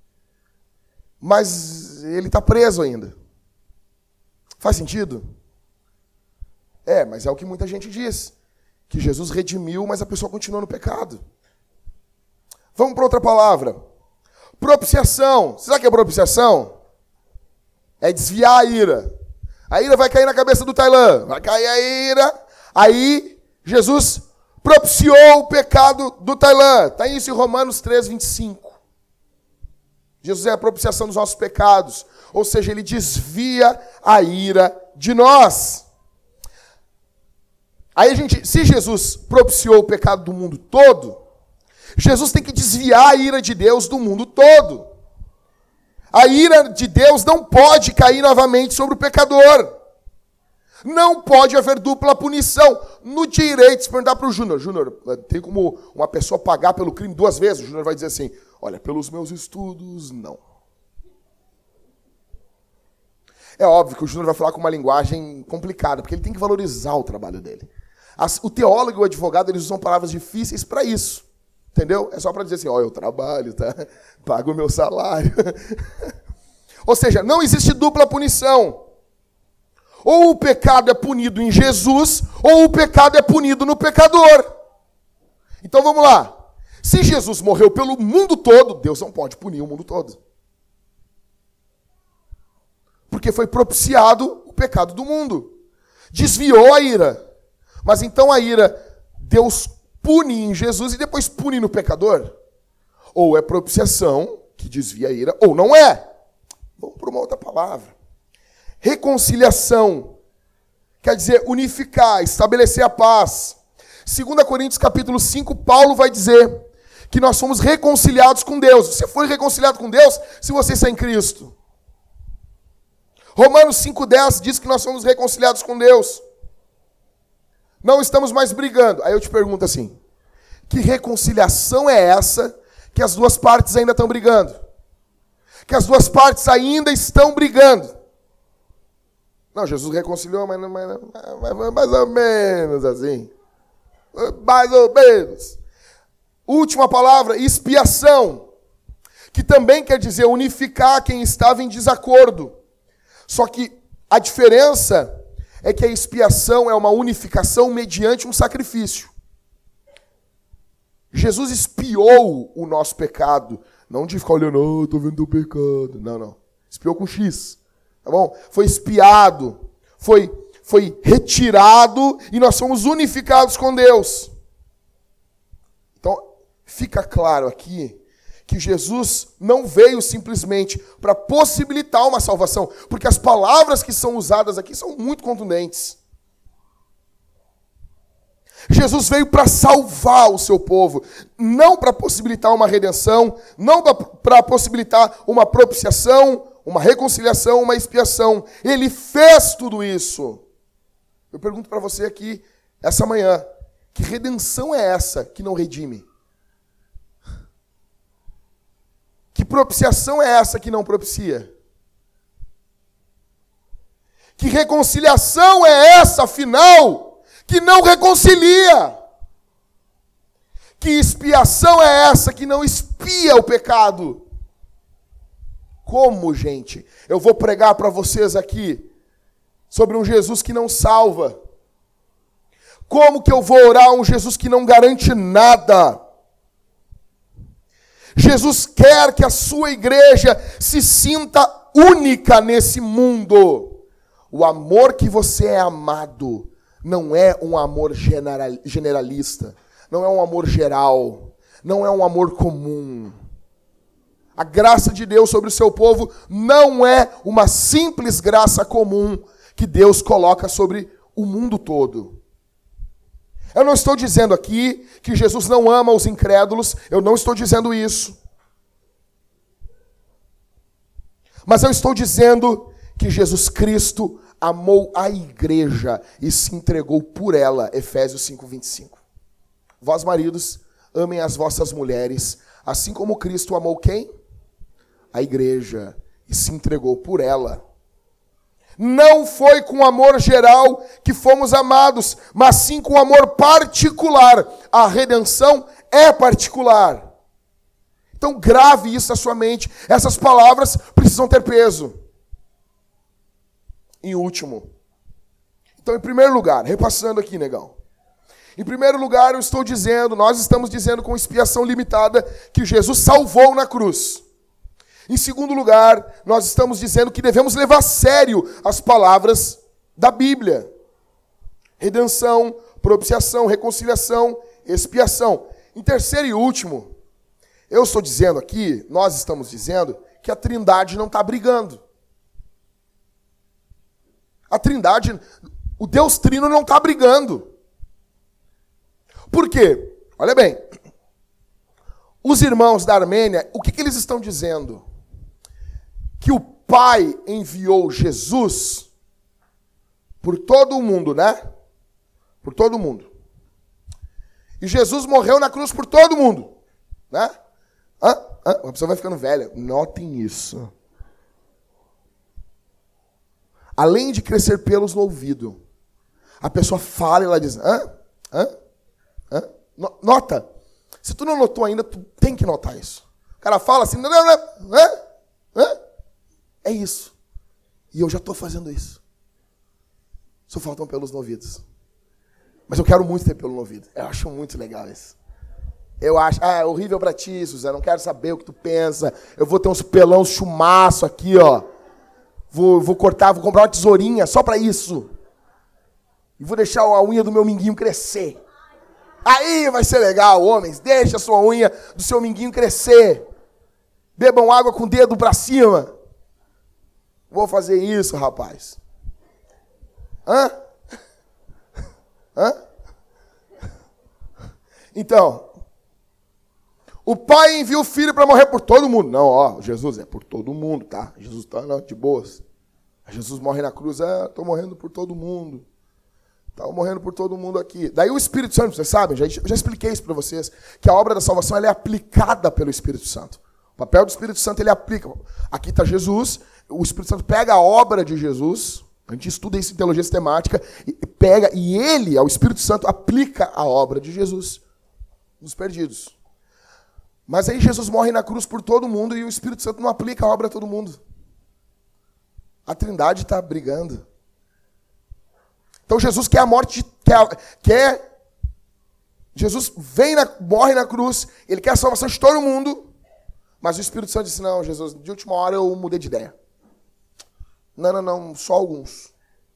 mas ele está preso ainda. Faz sentido? É, mas é o que muita gente diz. Que Jesus redimiu, mas a pessoa continua no pecado. Vamos para outra palavra. Propiciação. Você sabe o que é propiciação? É desviar a ira. A ira vai cair na cabeça do Tailã. Vai cair a ira. Aí, Jesus propiciou o pecado do Tailã. Está isso em Romanos 3, 25. Jesus é a propiciação dos nossos pecados. Ou seja, ele desvia a ira de nós. Aí, se Jesus propiciou o pecado do mundo todo, Jesus tem que desviar a ira de Deus do mundo todo. A ira de Deus não pode cair novamente sobre o pecador. Não pode haver dupla punição. No direito, se perguntar para o Júnior, tem como uma pessoa pagar pelo crime 2 vezes? O Júnior vai dizer assim, olha, pelos meus estudos, não. É óbvio que o Júnior vai falar com uma linguagem complicada, porque ele tem que valorizar o trabalho dele. O teólogo e o advogado, eles usam palavras difíceis para isso. Entendeu? É só para dizer assim, ó, eu trabalho, tá? Pago o meu salário. Ou seja, não existe dupla punição. Ou o pecado é punido em Jesus, ou o pecado é punido no pecador. Então vamos lá. Se Jesus morreu pelo mundo todo, Deus não pode punir o mundo todo. Porque foi propiciado o pecado do mundo. Desviou a ira. Mas então a ira, Deus pune em Jesus e depois pune no pecador? Ou é propiciação, que desvia a ira, ou não é. Vamos para uma outra palavra. Reconciliação. Quer dizer, unificar, estabelecer a paz. 2 Coríntios capítulo 5, Paulo vai dizer que nós somos reconciliados com Deus. Você foi reconciliado com Deus se você está em Cristo. Romanos 5,10 diz que nós somos reconciliados com Deus. Não estamos mais brigando. Aí eu te pergunto assim, que reconciliação é essa que as duas partes ainda estão brigando? Que as duas partes ainda estão brigando? Não, Jesus reconciliou, mas mais ou menos assim. Mais ou menos. Última palavra, expiação, que também quer dizer unificar quem estava em desacordo. Só que a diferença é que a expiação é uma unificação mediante um sacrifício. Jesus expiou o nosso pecado, não de ficar olhando, estou vendo o pecado. Não. Expiou com X, tá bom? Foi expiado, foi retirado e nós somos unificados com Deus. Então, fica claro aqui que Jesus não veio simplesmente para possibilitar uma salvação, porque as palavras que são usadas aqui são muito contundentes. Jesus veio para salvar o seu povo, não para possibilitar uma redenção, não para possibilitar uma propiciação, uma reconciliação, uma expiação. Ele fez tudo isso. Eu pergunto para você aqui, essa manhã, que redenção é essa que não redime? Que propiciação é essa que não propicia? Que reconciliação é essa, afinal, que não reconcilia? Que expiação é essa que não expia o pecado? Como, gente? Eu vou pregar para vocês aqui sobre um Jesus que não salva. Como que eu vou orar a um Jesus que não garante nada? Jesus quer que a sua igreja se sinta única nesse mundo. O amor que você é amado não é um amor generalista, não é um amor geral, não é um amor comum. A graça de Deus sobre o seu povo não é uma simples graça comum que Deus coloca sobre o mundo todo. Eu não estou dizendo aqui que Jesus não ama os incrédulos, eu não estou dizendo isso. Mas eu estou dizendo que Jesus Cristo amou a igreja e se entregou por ela, Efésios 5:25. Vós, maridos, amem as vossas mulheres, assim como Cristo amou quem? A igreja, e se entregou por ela. Não foi com amor geral que fomos amados, mas sim com amor particular. A redenção é particular. Então grave isso na sua mente. Essas palavras precisam ter peso. Em último. Então, em primeiro lugar, repassando aqui, negão. Em primeiro lugar, nós estamos dizendo com expiação limitada que Jesus salvou na cruz. Em segundo lugar, nós estamos dizendo que devemos levar a sério as palavras da Bíblia. Redenção, propiciação, reconciliação, expiação. Em terceiro e último, nós estamos dizendo que a Trindade não está brigando. A Trindade, o Deus Trino não está brigando. Por quê? Olha bem, os irmãos da Armênia, o que eles estão dizendo? Que o Pai enviou Jesus por todo o mundo, né? Por todo o mundo. E Jesus morreu na cruz por todo mundo, né? A pessoa vai ficando velha. Notem isso. além de crescer pelos no ouvido, a pessoa fala e ela diz, nota. Se tu não notou ainda, tu tem que notar isso. O cara fala assim, é isso. E eu já estou fazendo isso. Só faltam pelos no ouvidos. Mas eu quero muito ter pelo no ouvido. Eu acho muito legal isso. Eu acho, é horrível pra ti, Suzana, não quero saber o que tu pensa. Eu vou ter uns pelão chumaço aqui, ó. Vou cortar, vou comprar uma tesourinha só pra isso. E vou deixar a unha do meu minguinho crescer. Aí vai ser legal, homens. Deixa a sua unha do seu minguinho crescer. Bebam água com o dedo pra cima. Vou fazer isso, rapaz. Então, o pai envia o filho para morrer por todo mundo. Não, ó, Jesus é por todo mundo, tá? Jesus tá de boas. Jesus morre na cruz, tô morrendo por todo mundo. Tá morrendo por todo mundo aqui. Daí o Espírito Santo, vocês sabem, já expliquei isso para vocês, que a obra da salvação ela é aplicada pelo Espírito Santo. O papel do Espírito Santo ele aplica. Aqui está Jesus, o Espírito Santo pega a obra de Jesus, a gente estuda isso em teologia sistemática, e ele, o Espírito Santo, aplica a obra de Jesus nos perdidos. Mas aí Jesus morre na cruz por todo mundo e o Espírito Santo não aplica a obra a todo mundo. A Trindade está brigando. Então Jesus quer a morte, Jesus morre na cruz, ele quer a salvação de todo mundo, mas o Espírito Santo disse, não, Jesus, de última hora eu mudei de ideia. Não, só alguns.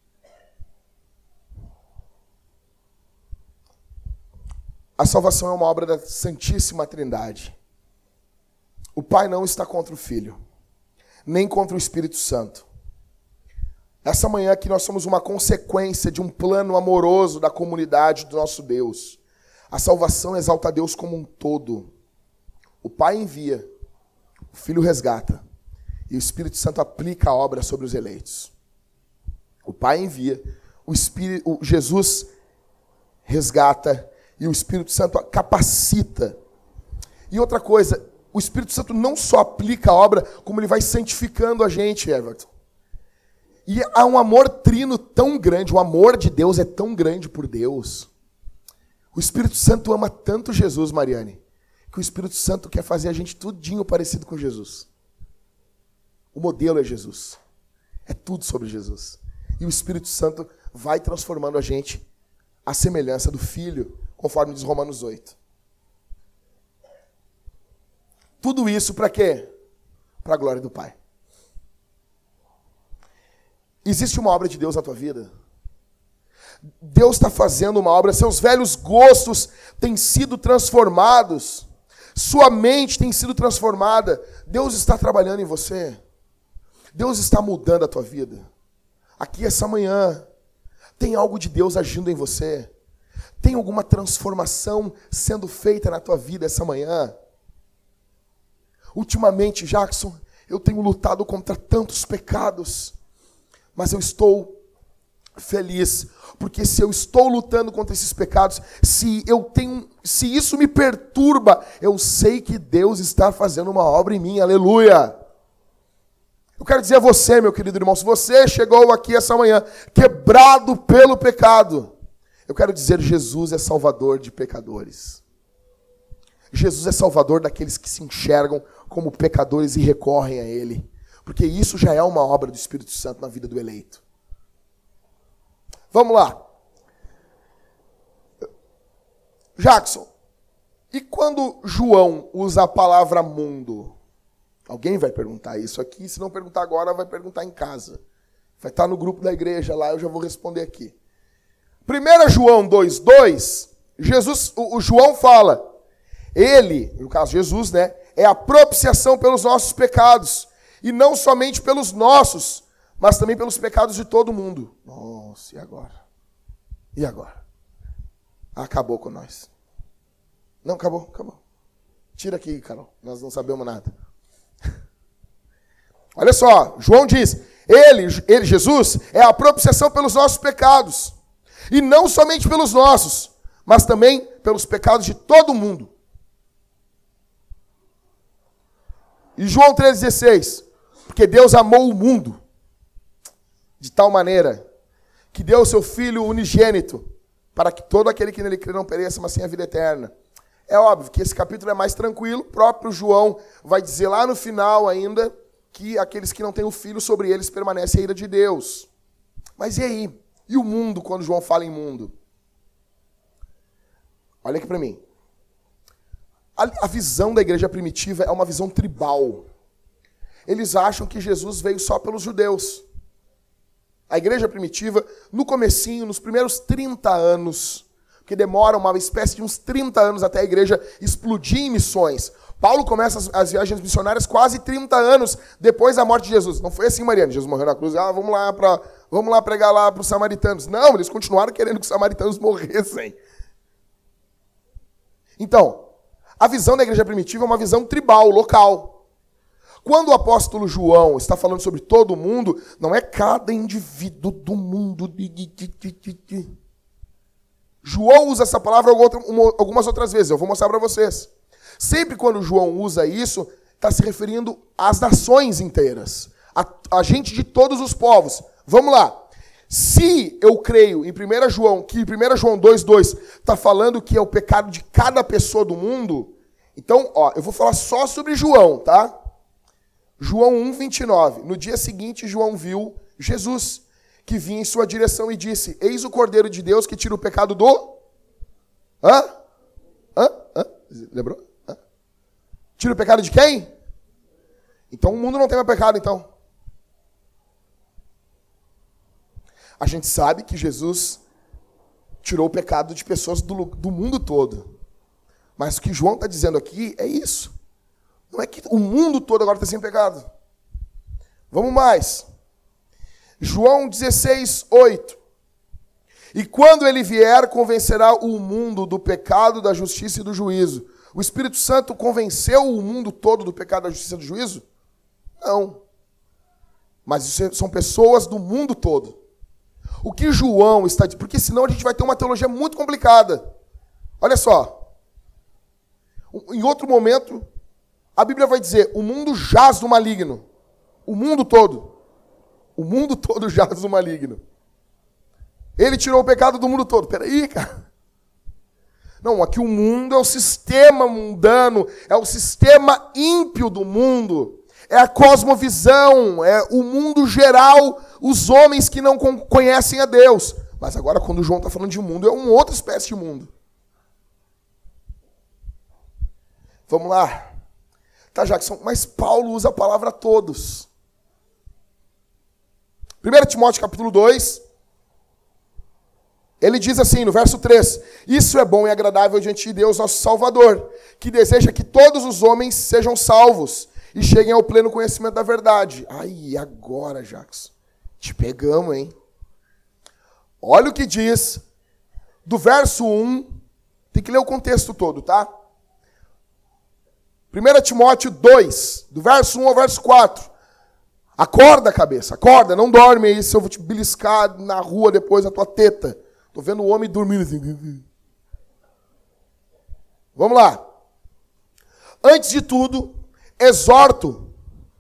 A salvação é uma obra da Santíssima Trindade. O Pai não está contra o Filho, nem contra o Espírito Santo. Essa manhã aqui nós somos uma consequência de um plano amoroso da comunidade do nosso Deus. A salvação exalta a Deus como um todo. O Pai envia, o Filho resgata, e o Espírito Santo aplica a obra sobre os eleitos. O Pai envia, Jesus resgata, e o Espírito Santo capacita. E outra coisa, o Espírito Santo não só aplica a obra, como ele vai santificando a gente, Everton. E há um amor trino tão grande, o amor de Deus é tão grande por Deus. O Espírito Santo ama tanto Jesus, Mariane, que o Espírito Santo quer fazer a gente tudinho parecido com Jesus. O modelo é Jesus. É tudo sobre Jesus. E o Espírito Santo vai transformando a gente à semelhança do Filho, conforme diz Romanos 8. Tudo isso para quê? Para a glória do Pai. Existe uma obra de Deus na tua vida? Deus está fazendo uma obra, seus velhos gostos têm sido transformados, sua mente tem sido transformada, Deus está trabalhando em você, Deus está mudando a tua vida. Aqui essa manhã, tem algo de Deus agindo em você? Tem alguma transformação sendo feita na tua vida essa manhã? Ultimamente, Jackson, eu tenho lutado contra tantos pecados, mas eu estou feliz, porque se eu estou lutando contra esses pecados, se isso me perturba, eu sei que Deus está fazendo uma obra em mim, aleluia. Eu quero dizer a você, meu querido irmão, se você chegou aqui essa manhã quebrado pelo pecado, eu quero dizer, Jesus é salvador de pecadores. Jesus é salvador daqueles que se enxergam como pecadores e recorrem a Ele. Porque isso já é uma obra do Espírito Santo na vida do eleito. Vamos lá. Jackson, e quando João usa a palavra mundo? Alguém vai perguntar isso aqui, se não perguntar agora, vai perguntar em casa. Vai estar no grupo da igreja lá, eu já vou responder aqui. 1 João 2,2, o João fala, ele, no caso Jesus, né, é a propiciação pelos nossos pecados. E não somente pelos nossos, mas também pelos pecados de todo mundo. Nossa, e agora? E agora? Acabou com nós. Não, acabou. Tira aqui, Carol, nós não sabemos nada. Olha só, João diz, ele, Jesus, é a propiciação pelos nossos pecados. E não somente pelos nossos, mas também pelos pecados de todo mundo. E João 3,16, porque Deus amou o mundo. de tal maneira que deu o seu Filho unigênito, para que todo aquele que nele crê não pereça, mas tenha a vida eterna. É óbvio que esse capítulo é mais tranquilo, o próprio João vai dizer lá no final ainda que aqueles que não têm o Filho, sobre eles permanece a ira de Deus. Mas e aí? E o mundo, quando João fala em mundo? Olha aqui para mim. A visão da igreja primitiva é uma visão tribal. Eles acham que Jesus veio só pelos judeus. A igreja primitiva, no comecinho, nos primeiros 30 anos, que demora uma espécie de uns 30 anos até a igreja explodir em missões. Paulo começa as viagens missionárias quase 30 anos depois da morte de Jesus. Não foi assim, Mariana. Jesus morreu na cruz, vamos lá pregar lá para os samaritanos. Não, eles continuaram querendo que os samaritanos morressem. Então, a visão da igreja primitiva é uma visão tribal, local. Quando o apóstolo João está falando sobre todo mundo, não é cada indivíduo do mundo. João usa essa palavra algumas outras vezes, eu vou mostrar para vocês. Sempre quando João usa isso, está se referindo às nações inteiras, a gente de todos os povos. Vamos lá. Se eu creio em 1 João, que 1 João 2,2 está falando que é o pecado de cada pessoa do mundo, então, eu vou falar só sobre João, tá? João 1,29. No dia seguinte, João viu Jesus, que vinha em sua direção e disse: Eis o Cordeiro de Deus que tira o pecado do... Lembrou? Tira o pecado de quem? Então o mundo não tem mais pecado, então. A gente sabe que Jesus tirou o pecado de pessoas do mundo todo. Mas o que João está dizendo aqui é isso. Não é que o mundo todo agora está sem pecado. Vamos mais. João 16:8. E quando ele vier, convencerá o mundo do pecado, da justiça e do juízo. O Espírito Santo convenceu o mundo todo do pecado, da justiça e do juízo? Não. Mas são pessoas do mundo todo. O que João está dizendo? Porque senão a gente vai ter uma teologia muito complicada. Olha só. Em outro momento, a Bíblia vai dizer: o mundo jaz no maligno. O mundo todo. O mundo todo jaz no maligno. Ele tirou o pecado do mundo todo. Peraí, cara. Não, aqui o mundo é o sistema mundano, é o sistema ímpio do mundo, é a cosmovisão, é o mundo geral, os homens que não conhecem a Deus. Mas agora, quando o João está falando de mundo, é uma outra espécie de mundo. Vamos lá. Tá, Jackson, mas Paulo usa a palavra todos. 1 Timóteo capítulo 2, ele diz assim, no verso 3, isso é bom e agradável diante de Deus, nosso Salvador, que deseja que todos os homens sejam salvos e cheguem ao pleno conhecimento da verdade. Aí, agora, Jackson, te pegamos, hein? Olha o que diz, do verso 1, tem que ler o contexto todo, tá? 1 Timóteo 2, do verso 1 ao verso 4. Acorda, cabeça, acorda, não dorme aí, se eu vou te beliscar na rua depois da tua teta. Tô vendo o homem dormindo assim. Vamos lá. Antes de tudo, exorto.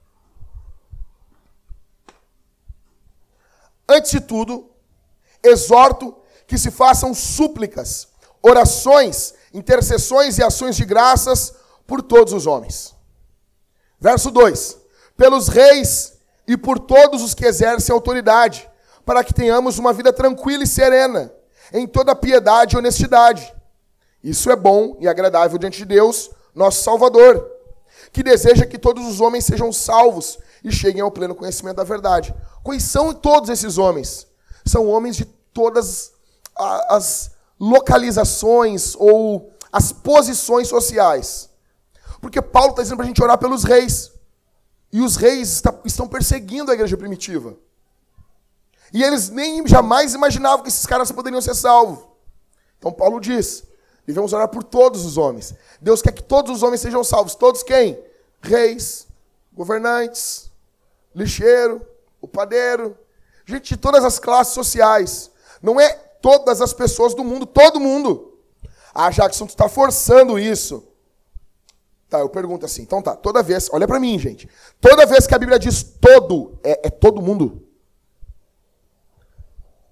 Antes de tudo, exorto que se façam súplicas, orações, intercessões e ações de graças por todos os homens. Verso 2. Pelos reis e por todos os que exercem autoridade, para que tenhamos uma vida tranquila e serena, em toda piedade e honestidade. Isso é bom e agradável diante de Deus, nosso Salvador, que deseja que todos os homens sejam salvos e cheguem ao pleno conhecimento da verdade. Quais são todos esses homens? São homens de todas as localizações ou as posições sociais. Porque Paulo está dizendo para a gente orar pelos reis. E os reis estão perseguindo a igreja primitiva. E eles nem jamais imaginavam que esses caras poderiam ser salvos. Então Paulo diz, devemos orar por todos os homens. Deus quer que todos os homens sejam salvos. Todos quem? Reis, governantes, lixeiro, o padeiro, gente de todas as classes sociais. Não é todas as pessoas do mundo, todo mundo. Ah, Jackson, tu está forçando isso. Tá, eu pergunto assim, então tá, toda vez, olha para mim, gente. Toda vez que a Bíblia diz todo, é todo mundo.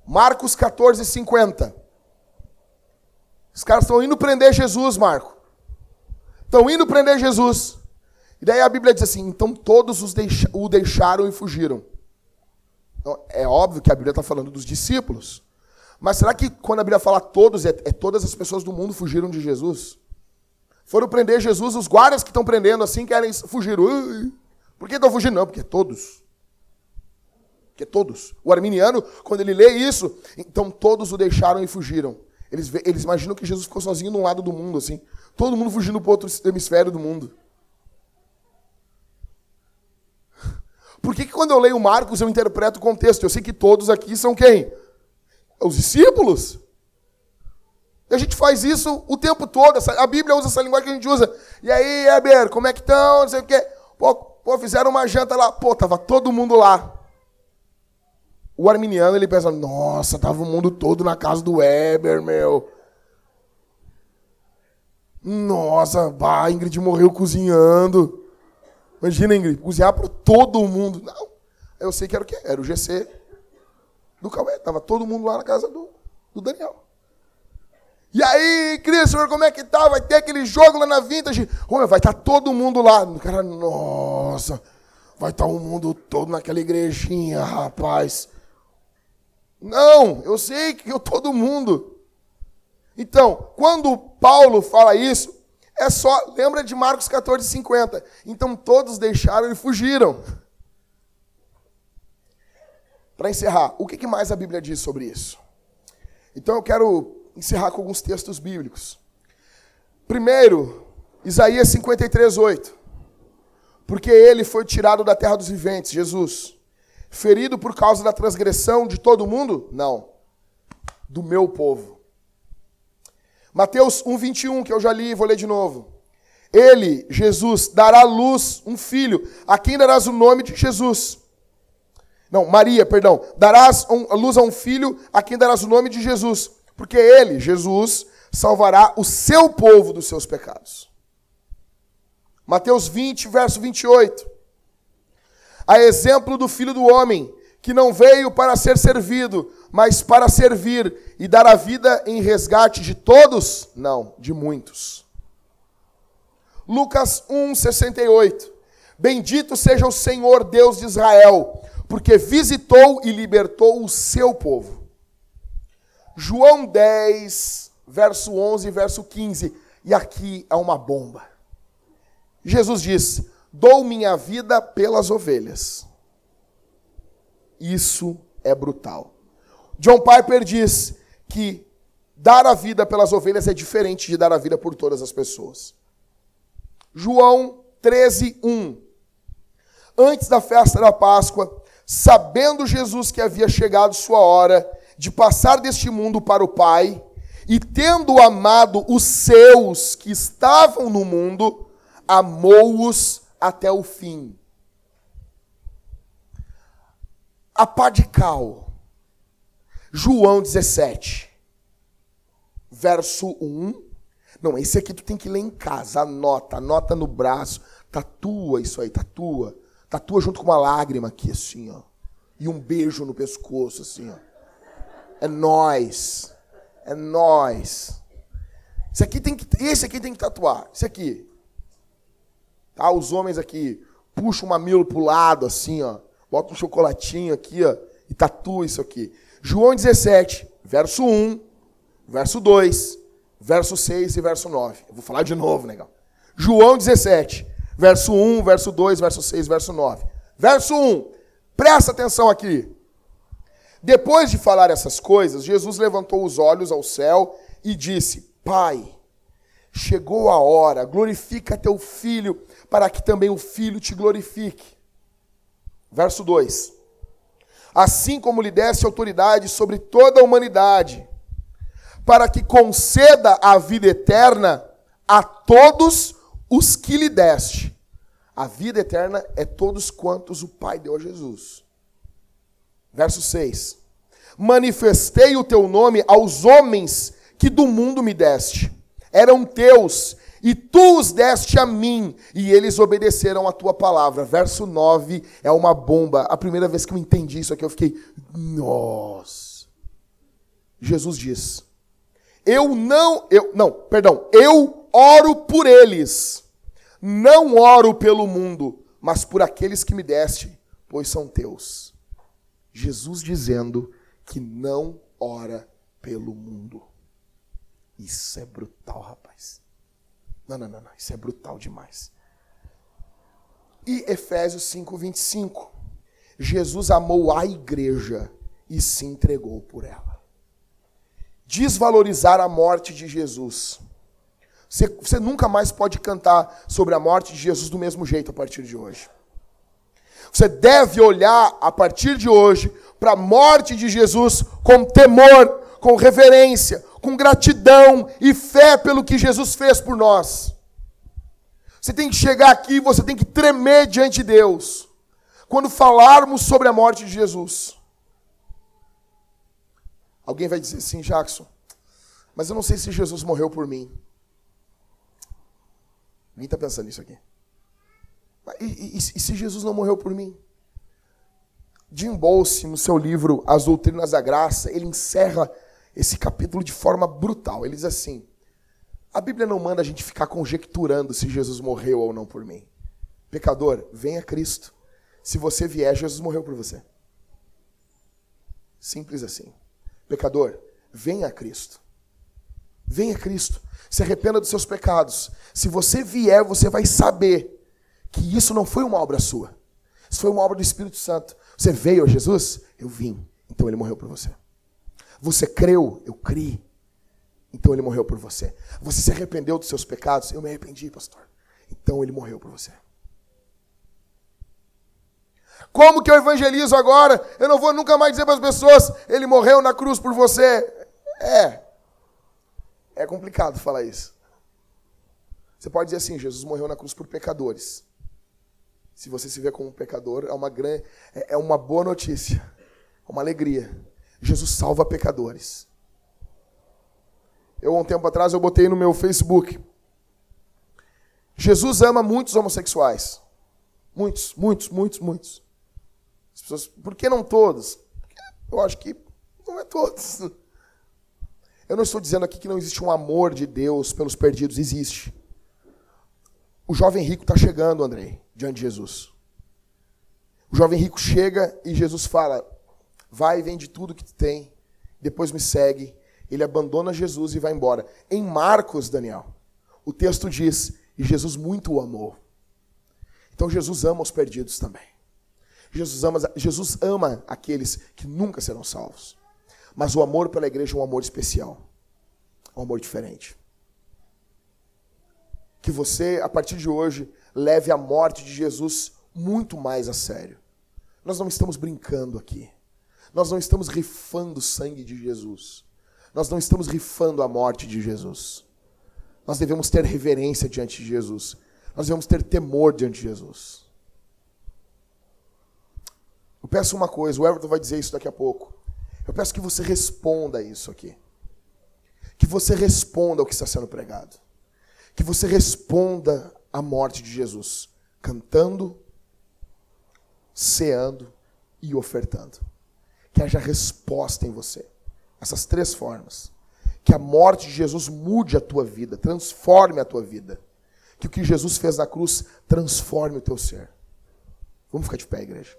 Marcos 14, 50. Os caras estão indo prender Jesus, Marco. Estão indo prender Jesus. E daí a Bíblia diz assim, então todos o deixaram e fugiram. Então, é óbvio que a Bíblia está falando dos discípulos. Mas será que quando a Bíblia fala todos, é todas as pessoas do mundo fugiram de Jesus? Foram prender Jesus, os guardas que estão prendendo assim querem fugir. Por que estão fugindo? Não, porque é todos. Porque é todos. O arminiano, quando ele lê isso, então todos o deixaram e fugiram. Eles imaginam que Jesus ficou sozinho num lado do mundo, assim. Todo mundo fugindo para o outro hemisfério do mundo. Por que quando eu leio Marcos eu interpreto o contexto? Eu sei que todos aqui são quem? Os discípulos. E a gente faz isso o tempo todo. A Bíblia usa essa linguagem que a gente usa. E aí, Heber, como é que estão? Não sei o quê. Pô, fizeram uma janta lá. Pô, tava todo mundo lá. O arminiano, ele pensa, nossa, tava o mundo todo na casa do Heber, meu. Nossa, a Ingrid morreu cozinhando. Imagina, Ingrid, cozinhar para todo mundo. Não, eu sei que era o quê? Era o GC do Cauê. Tava todo mundo lá na casa do Daniel. E aí, Christopher, como é que tá? Vai ter aquele jogo lá na Vintage? Vai estar todo mundo lá. O cara, nossa, vai estar o mundo todo naquela igrejinha, rapaz. Não, eu sei que todo mundo. Então, quando Paulo fala isso, é só, lembra de Marcos 14, 50. Então todos deixaram e fugiram. Para encerrar, o que mais a Bíblia diz sobre isso? Então eu quero encerrar com alguns textos bíblicos. Primeiro, Isaías 53, 8. Porque ele foi tirado da terra dos viventes, Jesus. Ferido por causa da transgressão de todo mundo? Não. Do meu povo. Mateus 1, 21, que eu já li e vou ler de novo. Ele, Jesus, dará à luz um filho. A quem darás o nome de Jesus? Não, Maria, perdão. Darás a luz a um filho, a quem darás o nome de Jesus. Porque ele, Jesus, salvará o seu povo dos seus pecados. Mateus 20, verso 28. A exemplo do Filho do Homem, que não veio para ser servido, mas para servir e dar a vida em resgate de todos? Não, de muitos. Lucas 1, 68. Bendito seja o Senhor Deus de Israel, porque visitou e libertou o seu povo. João 10, verso 11 e verso 15. E aqui é uma bomba. Jesus disse, dou minha vida pelas ovelhas. Isso é brutal. John Piper diz que dar a vida pelas ovelhas é diferente de dar a vida por todas as pessoas. João 13, 1. Antes da festa da Páscoa, sabendo Jesus que havia chegado sua hora de passar deste mundo para o Pai, e tendo amado os seus que estavam no mundo, amou-os até o fim. A pá de cal. João 17, verso 1. Não, esse aqui tu tem que ler em casa, anota no braço, tatua isso aí, tatua. Tatua junto com uma lágrima aqui, assim, ó. E um beijo no pescoço, assim, ó. É nóis. É nóis. Esse aqui tem que tatuar. Esse aqui. Tá? Os homens aqui puxam o mamilo pro lado, assim, ó. Bota um chocolatinho aqui, ó. E tatua isso aqui. João 17, verso 1, verso 2, verso 6 e verso 9. Eu vou falar de novo, negão. João 17, verso 1, verso 2, verso 6, verso 9. Verso 1, presta atenção aqui. Depois de falar essas coisas, Jesus levantou os olhos ao céu e disse, Pai, chegou a hora, glorifica teu filho, para que também o filho te glorifique. Verso 2. Assim como lhe desse autoridade sobre toda a humanidade, para que conceda a vida eterna a todos os que lhe deste. A vida eterna é todos quantos o Pai deu a Jesus. Verso 6. Manifestei o teu nome aos homens que do mundo me deste. Eram teus, e tu os deste a mim, e eles obedeceram a tua palavra. Verso 9 é uma bomba. A primeira vez que eu entendi isso aqui, eu fiquei, nossa. Jesus diz: eu oro por eles. Não oro pelo mundo, mas por aqueles que me deste, pois são teus. Jesus dizendo que não ora pelo mundo. Isso é brutal, rapaz. Não. Isso é brutal demais. E Efésios 5:25. Jesus amou a igreja e se entregou por ela. Desvalorizar a morte de Jesus. Você nunca mais pode cantar sobre a morte de Jesus do mesmo jeito a partir de hoje. Você deve olhar a partir de hoje para a morte de Jesus com temor, com reverência, com gratidão e fé pelo que Jesus fez por nós. Você tem que chegar aqui, você tem que tremer diante de Deus quando falarmos sobre a morte de Jesus. Alguém vai dizer assim: Jackson, mas eu não sei se Jesus morreu por mim. Ninguém está pensando nisso aqui. E se Jesus não morreu por mim? Jim Bolse, no seu livro As Doutrinas da Graça, ele encerra esse capítulo de forma brutal. Ele diz assim: a Bíblia não manda a gente ficar conjecturando se Jesus morreu ou não por mim. Pecador, venha a Cristo. Se você vier, Jesus morreu por você. Simples assim. Pecador, venha a Cristo. Venha a Cristo. Se arrependa dos seus pecados. Se você vier, você vai saber que isso não foi uma obra sua. Isso foi uma obra do Espírito Santo. Você veio a Jesus? Eu vim. Então ele morreu por você. Você creu? Eu criei. Então ele morreu por você. Você se arrependeu dos seus pecados? Eu me arrependi, pastor. Então ele morreu por você. Como que eu evangelizo agora? Eu não vou nunca mais dizer para as pessoas: ele morreu na cruz por você. É complicado falar isso. Você pode dizer assim: Jesus morreu na cruz por pecadores. Se você se vê como um pecador, é uma boa notícia. É uma alegria. Jesus salva pecadores. Um tempo atrás, eu botei no meu Facebook: Jesus ama muitos homossexuais. Muitos. As pessoas, por que não todos? Porque eu acho que não é todos. Eu não estou dizendo aqui que não existe um amor de Deus pelos perdidos. Existe. O jovem rico está chegando, Andrei, diante de Jesus. O jovem rico chega e Jesus fala: vai e vende tudo que tu tem, depois me segue. Ele abandona Jesus e vai embora. Em Marcos, Daniel, o texto diz: e Jesus muito o amou. Então Jesus ama os perdidos também. Jesus ama aqueles que nunca serão salvos. Mas o amor pela igreja é um amor especial. Um amor diferente. Que você, a partir de hoje, leve a morte de Jesus muito mais a sério. Nós não estamos brincando aqui. Nós não estamos rifando o sangue de Jesus. Nós não estamos rifando a morte de Jesus. Nós devemos ter reverência diante de Jesus. Nós devemos ter temor diante de Jesus. Eu peço uma coisa, o Everton vai dizer isso daqui a pouco. Eu peço que você responda a isso aqui. Que você responda ao que está sendo pregado. Que você responda à morte de Jesus. Cantando, ceando e ofertando. Que haja resposta em você. Essas 3 formas. Que a morte de Jesus mude a tua vida, transforme a tua vida. Que o que Jesus fez na cruz transforme o teu ser. Vamos ficar de pé, igreja.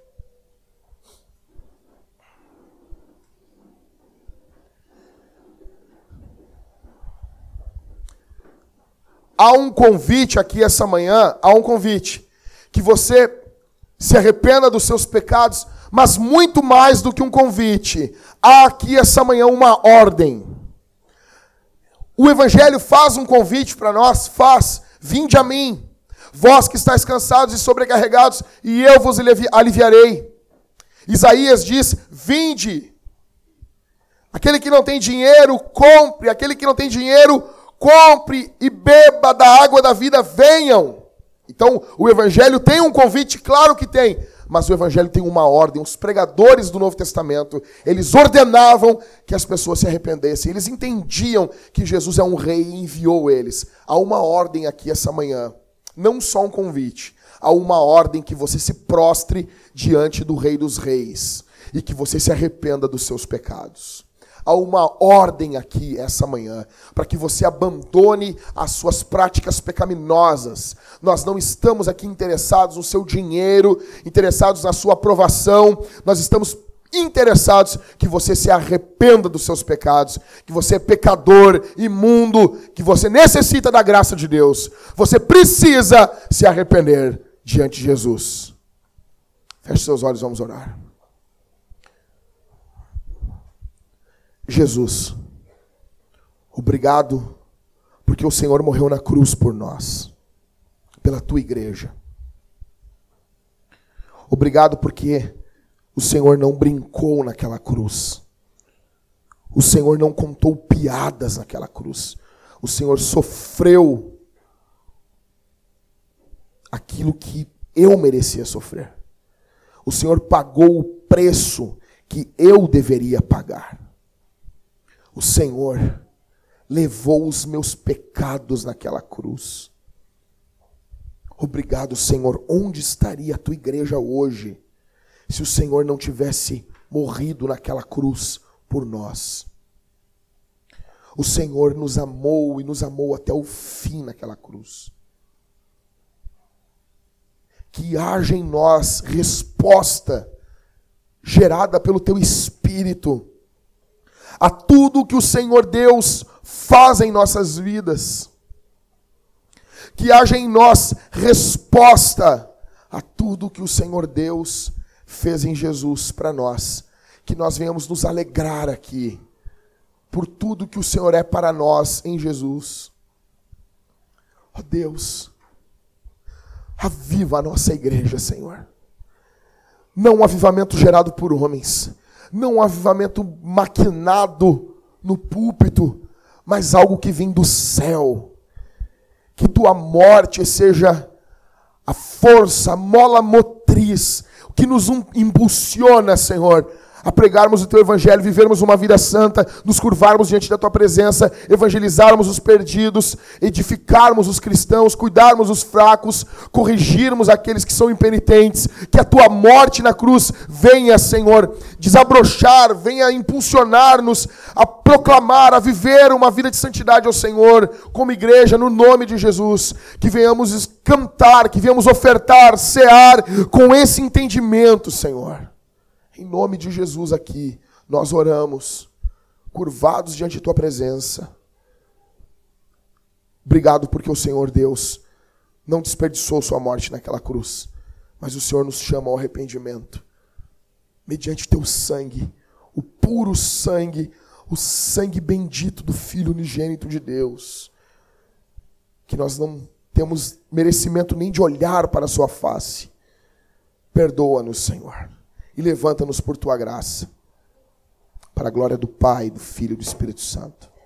Há um convite aqui essa manhã, que você se arrependa dos seus pecados, mas muito mais do que um convite, há aqui essa manhã uma ordem. O Evangelho faz um convite para nós, vinde a mim, vós que estáis cansados e sobrecarregados, e eu vos aliviarei. Isaías diz: vinde. Aquele que não tem dinheiro, compre. Aquele que não tem dinheiro, compre e beba da água da vida, venham. Então, o Evangelho tem um convite, claro que tem, mas o Evangelho tem uma ordem. Os pregadores do Novo Testamento, eles ordenavam que as pessoas se arrependessem. Eles entendiam que Jesus é um rei e enviou eles. Há uma ordem aqui essa manhã, não só um convite, há uma ordem que você se prostre diante do Rei dos Reis e que você se arrependa dos seus pecados. Há uma ordem aqui essa manhã, para que você abandone as suas práticas pecaminosas. Nós não estamos aqui interessados no seu dinheiro, interessados na sua aprovação. Nós estamos interessados que você se arrependa dos seus pecados, que você é pecador, imundo, que você necessita da graça de Deus. Você precisa se arrepender diante de Jesus. Feche seus olhos, vamos orar. Jesus, obrigado porque o Senhor morreu na cruz por nós, pela tua igreja. Obrigado porque o Senhor não brincou naquela cruz. O Senhor não contou piadas naquela cruz. O Senhor sofreu aquilo que eu merecia sofrer. O Senhor pagou o preço que eu deveria pagar. O Senhor levou os meus pecados naquela cruz. Obrigado, Senhor. Onde estaria a tua igreja hoje se o Senhor não tivesse morrido naquela cruz por nós? O Senhor nos amou e nos amou até o fim naquela cruz. Que haja em nós resposta gerada pelo teu Espírito a tudo que o Senhor Deus faz em nossas vidas. Que haja em nós resposta a tudo que o Senhor Deus fez em Jesus para nós. Que nós venhamos nos alegrar aqui por tudo que o Senhor é para nós em Jesus. Ó Deus, aviva a nossa igreja, Senhor. Não um avivamento gerado por homens, não um avivamento maquinado no púlpito, mas algo que vem do céu. Que tua morte seja a força, a mola motriz, que nos impulsiona, Senhor, a pregarmos o teu evangelho, vivermos uma vida santa, nos curvarmos diante da tua presença, evangelizarmos os perdidos, edificarmos os cristãos, cuidarmos dos fracos, corrigirmos aqueles que são impenitentes. Que a tua morte na cruz venha, Senhor, desabrochar, venha impulsionar-nos a proclamar, a viver uma vida de santidade ao Senhor, como igreja, no nome de Jesus. Que venhamos cantar, que venhamos ofertar, cear com esse entendimento, Senhor. Em nome de Jesus aqui, nós oramos, curvados diante de tua presença. Obrigado porque o Senhor Deus não desperdiçou sua morte naquela cruz, mas o Senhor nos chama ao arrependimento, mediante teu sangue, o puro sangue, o sangue bendito do Filho unigênito de Deus, que nós não temos merecimento nem de olhar para a sua face. Perdoa-nos, Senhor. E levanta-nos por tua graça, para a glória do Pai, do Filho e do Espírito Santo.